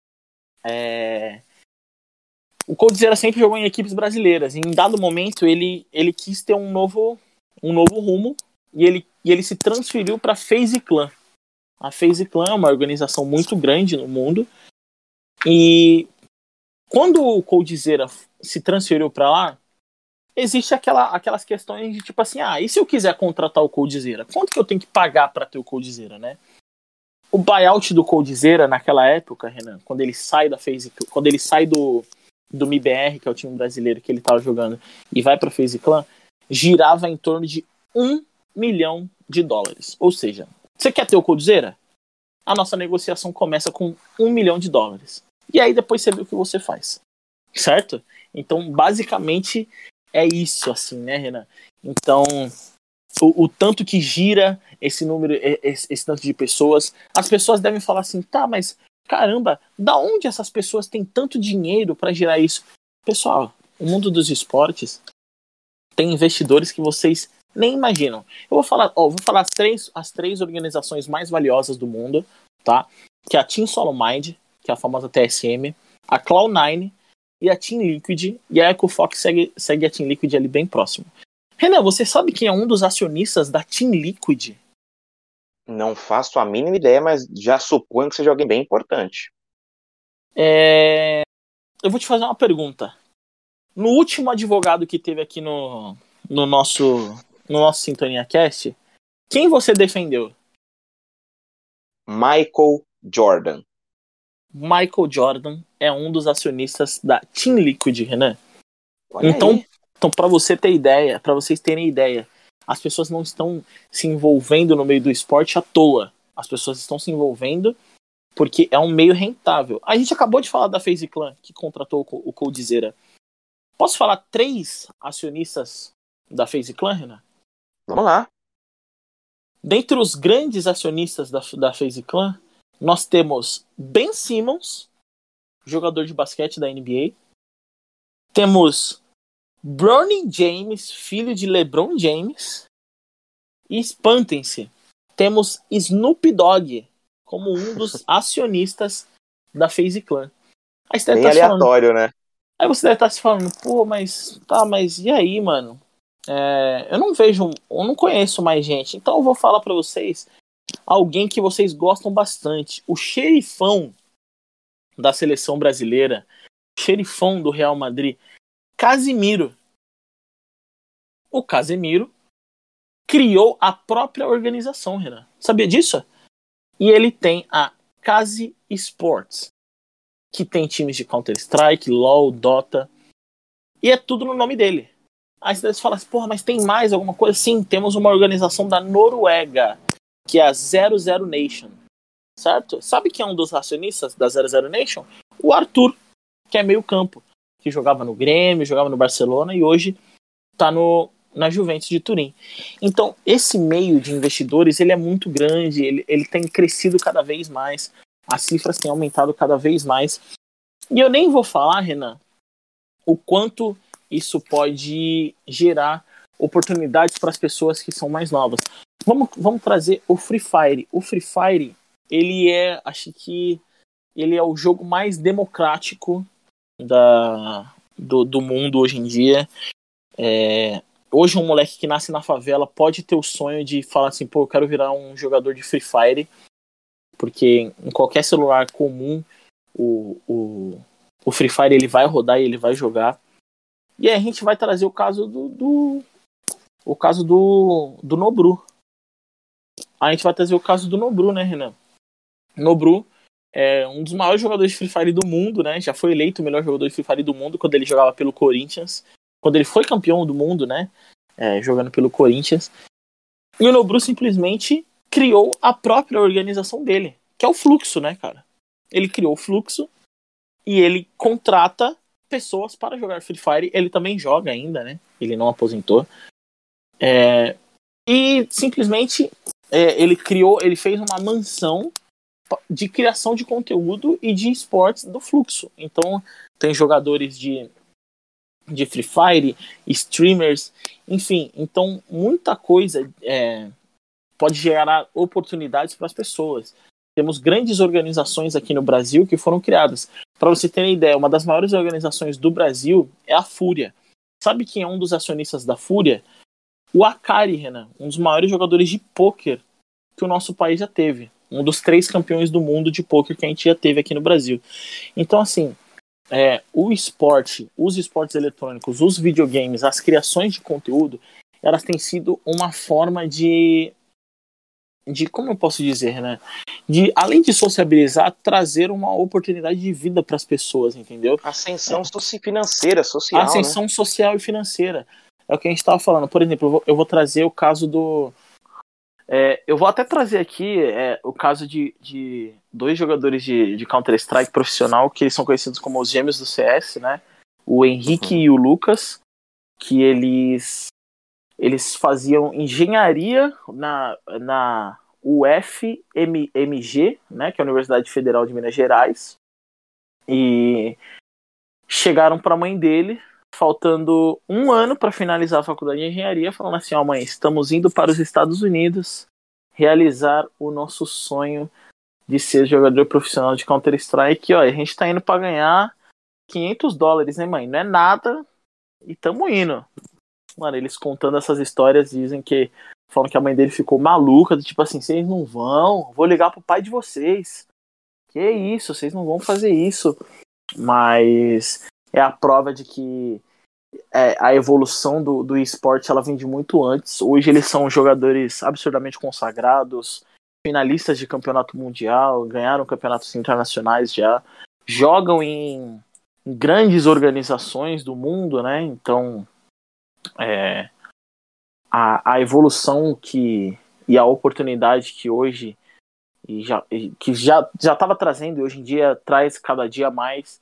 O Coldzera sempre jogou em equipes brasileiras. E em dado momento, ele quis ter um novo rumo. E ele se transferiu pra FaZe Clan. A FaZe Clan é uma organização muito grande no mundo. E quando o Coldzera se transferiu pra lá, existe aquelas questões de tipo assim, e se eu quiser contratar o Coldzera? Quanto que eu tenho que pagar pra ter o Coldzera, né? O buyout do Coldzera naquela época, Renan, quando ele sai da FaZe, quando ele sai do MIBR, que é o time brasileiro que ele tava jogando, e vai pra FaZe Clan, girava em torno de $1 milhão. Ou seja, você quer ter o Coldzera? A nossa negociação começa com $1 milhão. E aí depois você vê o que você faz. Certo? Então, basicamente, é isso, assim, né, Renan? Então, o tanto que gira esse número, esse tanto de pessoas, as pessoas devem falar assim, tá, mas caramba, da onde essas pessoas têm tanto dinheiro para girar isso? Pessoal, o mundo dos esportes tem investidores que vocês nem imaginam. Eu vou falar as três organizações mais valiosas do mundo, tá? Que é a Team Solomind, que é a famosa TSM, a Cloud9 e a Team Liquid, e a EcoFox segue a Team Liquid ali bem próximo. Renan, você sabe quem é um dos acionistas da Team Liquid? Não faço a mínima ideia, mas já suponho que seja alguém bem importante. Eu vou te fazer uma pergunta. No último advogado que teve aqui no nosso Sintonia Cast, quem você defendeu? Michael Jordan. Michael Jordan é um dos acionistas da Team Liquid, Renan. Olha Então, aí. para vocês terem ideia, as pessoas não estão se envolvendo no meio do esporte à toa. As pessoas estão se envolvendo porque é um meio rentável. A gente acabou de falar da FaZe Clan, que contratou o Coldzera. Posso falar 3 acionistas da FaZe Clan, Renan? Vamos lá. Dentre os grandes acionistas da FaZe Clan, nós temos Ben Simmons, jogador de basquete da NBA. Temos Bronny James, filho de LeBron James. E espantem-se, temos Snoop Dogg como um dos acionistas da FaZe Clan. Aí você Bem aleatório, né? Aí você deve estar se falando, pô, mas e aí, mano? Eu não conheço mais gente. Então eu vou falar pra vocês alguém que vocês gostam bastante. O xerifão da seleção brasileira, xerifão do Real Madrid, Casemiro. O Casemiro criou a própria organização, Renan. Sabia disso? E ele tem a Case Sports, que tem times de Counter-Strike, LoL, Dota. E é tudo no nome dele. Aí você fala assim, porra, mas tem mais alguma coisa? Sim, temos uma organização da Noruega, que é a 00 Nation. Certo? Sabe quem é um dos acionistas da 00 Nation? O Arthur, que é meio campo, que jogava no Grêmio, jogava no Barcelona e hoje tá na Juventus de Turim. Então, esse meio de investidores, ele é muito grande, ele tem crescido cada vez mais, as cifras têm aumentado cada vez mais. E eu nem vou falar, Renan, o quanto isso pode gerar oportunidades para as pessoas que são mais novas. Vamos trazer o Free Fire. O Free Fire, acho que ele é o jogo mais democrático do mundo hoje em dia. Hoje um moleque que nasce na favela pode ter o sonho de falar assim, pô, eu quero virar um jogador de Free Fire, porque em qualquer celular comum o Free Fire ele vai rodar e ele vai jogar. E aí a gente vai trazer o caso do Nobru. A gente vai trazer o caso do Nobru, né, Renan? Nobru é um dos maiores jogadores de Free Fire do mundo, né? Já foi eleito o melhor jogador de Free Fire do mundo quando ele jogava pelo Corinthians. Quando ele foi campeão do mundo, né? Jogando pelo Corinthians. E o Nobru simplesmente criou a própria organização dele, que é o Fluxo, né, cara? Ele criou o Fluxo e ele contrata pessoas para jogar Free Fire. Ele também joga ainda, né? Ele não aposentou. E simplesmente ele fez uma mansão de criação de conteúdo e de esportes do Fluxo. Então tem jogadores de Free Fire, streamers, enfim. Então muita coisa pode gerar oportunidades para as pessoas. Temos grandes organizações aqui no Brasil que foram criadas. Para você ter uma ideia, uma das maiores organizações do Brasil é a Fúria. Sabe quem é um dos acionistas da Fúria? O Akari, Renan, um dos maiores jogadores de pôquer que o nosso país já teve. Um dos 3 campeões do mundo de pôquer que a gente já teve aqui no Brasil. Então, assim, o esporte, os esportes eletrônicos, os videogames, as criações de conteúdo, elas têm sido uma forma de como eu posso dizer, né? De, além de sociabilizar, trazer uma oportunidade de vida para as pessoas, entendeu? Ascensão financeira, social, ascensão, né? Social e financeira. É o que a gente estava falando. Por exemplo, eu vou trazer o caso do... eu vou até trazer aqui o caso de 2 jogadores de Counter-Strike profissional, que são conhecidos como os gêmeos do CS, né? O Henrique e o Lucas, que eles faziam engenharia na UFMG, né, que é a Universidade Federal de Minas Gerais, e chegaram para a mãe dele, faltando 1 ano para finalizar a faculdade de engenharia, falando assim, mãe, estamos indo para os Estados Unidos realizar o nosso sonho de ser jogador profissional de Counter-Strike, a gente está indo para ganhar $500, né, mãe? Não é nada, e tamo indo. Mano, eles contando essas histórias dizem que falam que a mãe dele ficou maluca, tipo assim, vocês não vão, vou ligar pro pai de vocês. Que isso, vocês não vão fazer isso. Mas é a prova de que a evolução do esporte ela vem de muito antes. Hoje eles são jogadores absurdamente consagrados, finalistas de campeonato mundial, ganharam campeonatos internacionais já, jogam em grandes organizações do mundo, né? Então a evolução e a oportunidade que hoje que já estava trazendo e hoje em dia traz cada dia mais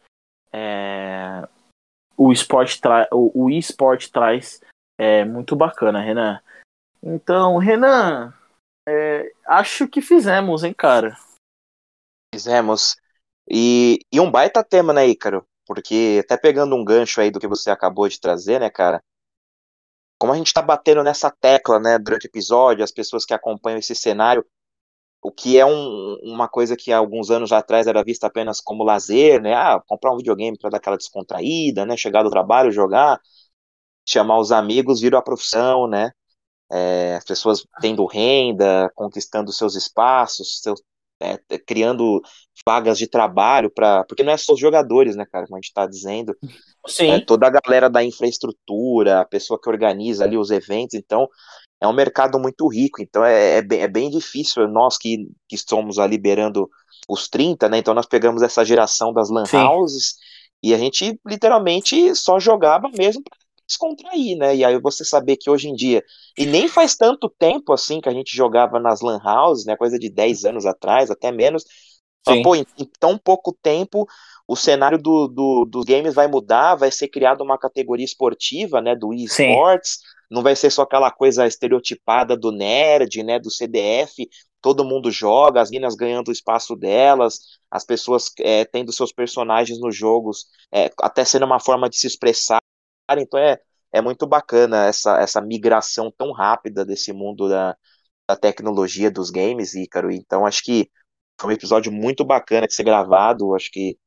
o esporte traz muito bacana, Renan. Então, Renan, acho que fizemos, hein, cara? Fizemos. E um baita tema, né, Ícaro? Porque até pegando um gancho aí do que você acabou de trazer, né, cara? Como a gente tá batendo nessa tecla, né, durante o episódio, as pessoas que acompanham esse cenário, o que é uma coisa que há alguns anos atrás era vista apenas como lazer, né, comprar um videogame para dar aquela descontraída, né, chegar do trabalho, jogar, chamar os amigos, virou a profissão, né, as pessoas tendo renda, conquistando seus espaços, criando vagas de trabalho porque não é só os jogadores, né, cara, como a gente tá dizendo, Sim. toda a galera da infraestrutura, a pessoa que organiza ali os eventos, então é um mercado muito rico, então é bem difícil, nós que estamos ali beirando os 30, né, então nós pegamos essa geração das lan houses, e a gente literalmente só jogava mesmo pra descontrair, né, e aí você saber que hoje em dia, e nem faz tanto tempo assim que a gente jogava nas lan houses, né, coisa de 10 anos atrás, até menos, pô, em tão pouco tempo o cenário dos games vai mudar, vai ser criada uma categoria esportiva, né, do eSports, não vai ser só aquela coisa estereotipada do nerd, né, do CDF, todo mundo joga, as minas ganhando o espaço delas, as pessoas tendo seus personagens nos jogos, até sendo uma forma de se expressar, então é muito bacana essa migração tão rápida desse mundo da tecnologia dos games, Ícaro, então acho que foi um episódio muito bacana de ser gravado, acho que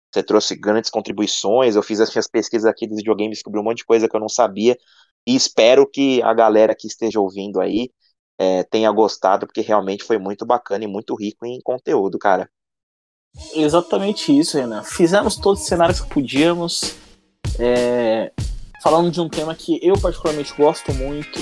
Você trouxe grandes contribuições, eu fiz as minhas pesquisas aqui dos videogames, descobri um monte de coisa que eu não sabia, e espero que a galera que esteja ouvindo aí tenha gostado, porque realmente foi muito bacana e muito rico em conteúdo, cara. Exatamente isso, Renan. Fizemos todos os cenários que podíamos, falando de um tema que eu particularmente gosto muito,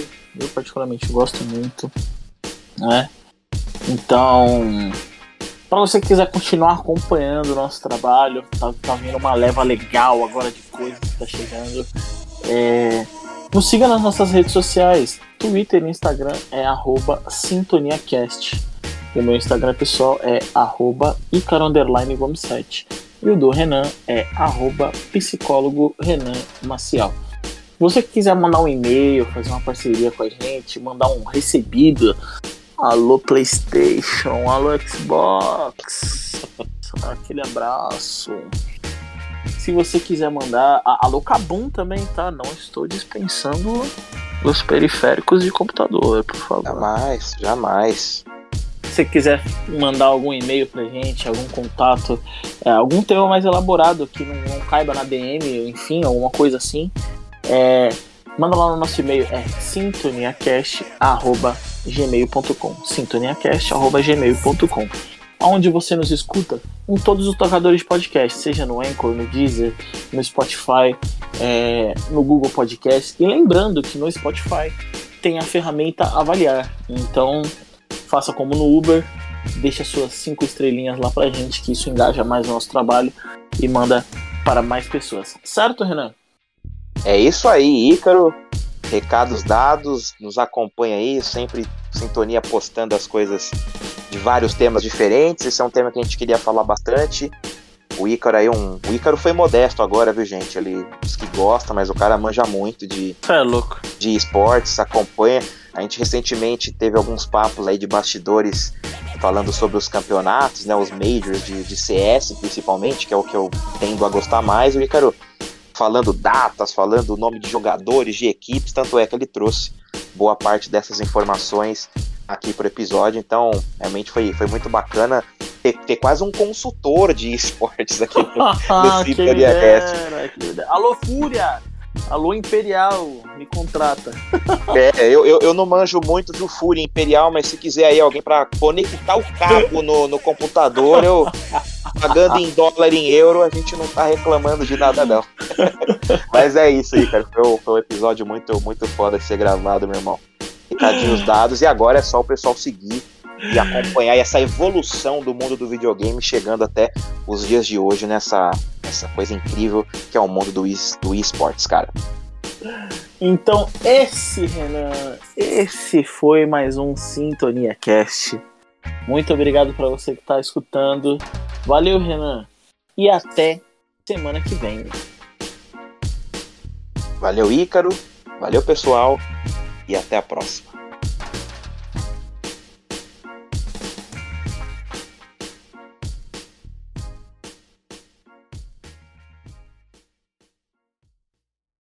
né? Então, para você que quiser continuar acompanhando o nosso trabalho, tá vindo uma leva legal agora de coisas que tá chegando. Nos siga nas nossas redes sociais. Twitter e Instagram é @sintoniacast. O meu Instagram pessoal é @icaro_gomes7. E o do Renan é @psicólogo Renan Maciel. Você que quiser mandar um e-mail, fazer uma parceria com a gente, mandar um recebido, alô PlayStation, alô Xbox, aquele abraço. Se você quiser mandar, alô Kabum também, tá? Não estou dispensando os periféricos de computador, por favor. Jamais. Se você quiser mandar algum e-mail pra gente, algum contato, algum tema mais elaborado que não caiba na DM, enfim, alguma coisa assim, manda lá no nosso e-mail, sintoniacast@gmail.com, sintoniacast@gmail.com, onde você nos escuta em todos os tocadores de podcast, seja no Anchor, no Deezer, no Spotify, no Google Podcast. E lembrando que no Spotify tem a ferramenta Avaliar, então faça como no Uber, deixa suas 5 estrelinhas lá pra gente, que isso engaja mais o nosso trabalho e manda para mais pessoas. Certo, Renan? É isso aí, Ícaro. Recados dados, nos acompanha aí, sempre Sintonia postando as coisas de vários temas diferentes. Esse é um tema que a gente queria falar bastante. O Ícaro aí, o Ícaro foi modesto agora, viu, gente? Ele diz que gosta, mas o cara manja muito de esportes, acompanha. A gente recentemente teve alguns papos aí de bastidores falando sobre os campeonatos, né? Os majors de CS, principalmente, que é o que eu tendo a gostar mais. O Ícaro falando datas, falando o nome de jogadores, de equipes, tanto é que ele trouxe boa parte dessas informações aqui pro episódio, então realmente foi muito bacana ter quase um consultor de esportes aqui no Sintonia Cast. Alô Fúria! Alô Imperial, me contrata. Eu não manjo muito do Fúria Imperial, mas se quiser aí alguém para conectar o cabo no computador, eu pagando em dólar, em euro, a gente não tá reclamando de nada não. Mas é isso aí, cara, foi um episódio muito, muito foda de ser gravado, meu irmão. Recadinhos dados, e agora é só o pessoal seguir e acompanhar essa evolução do mundo do videogame chegando até os dias de hoje essa coisa incrível que é o mundo do esportes, cara. Então esse foi mais um Sintonia Cast. Muito obrigado para você que tá escutando. Valeu, Renan, e até semana que vem. Valeu, Ícaro, valeu, pessoal, e até a próxima.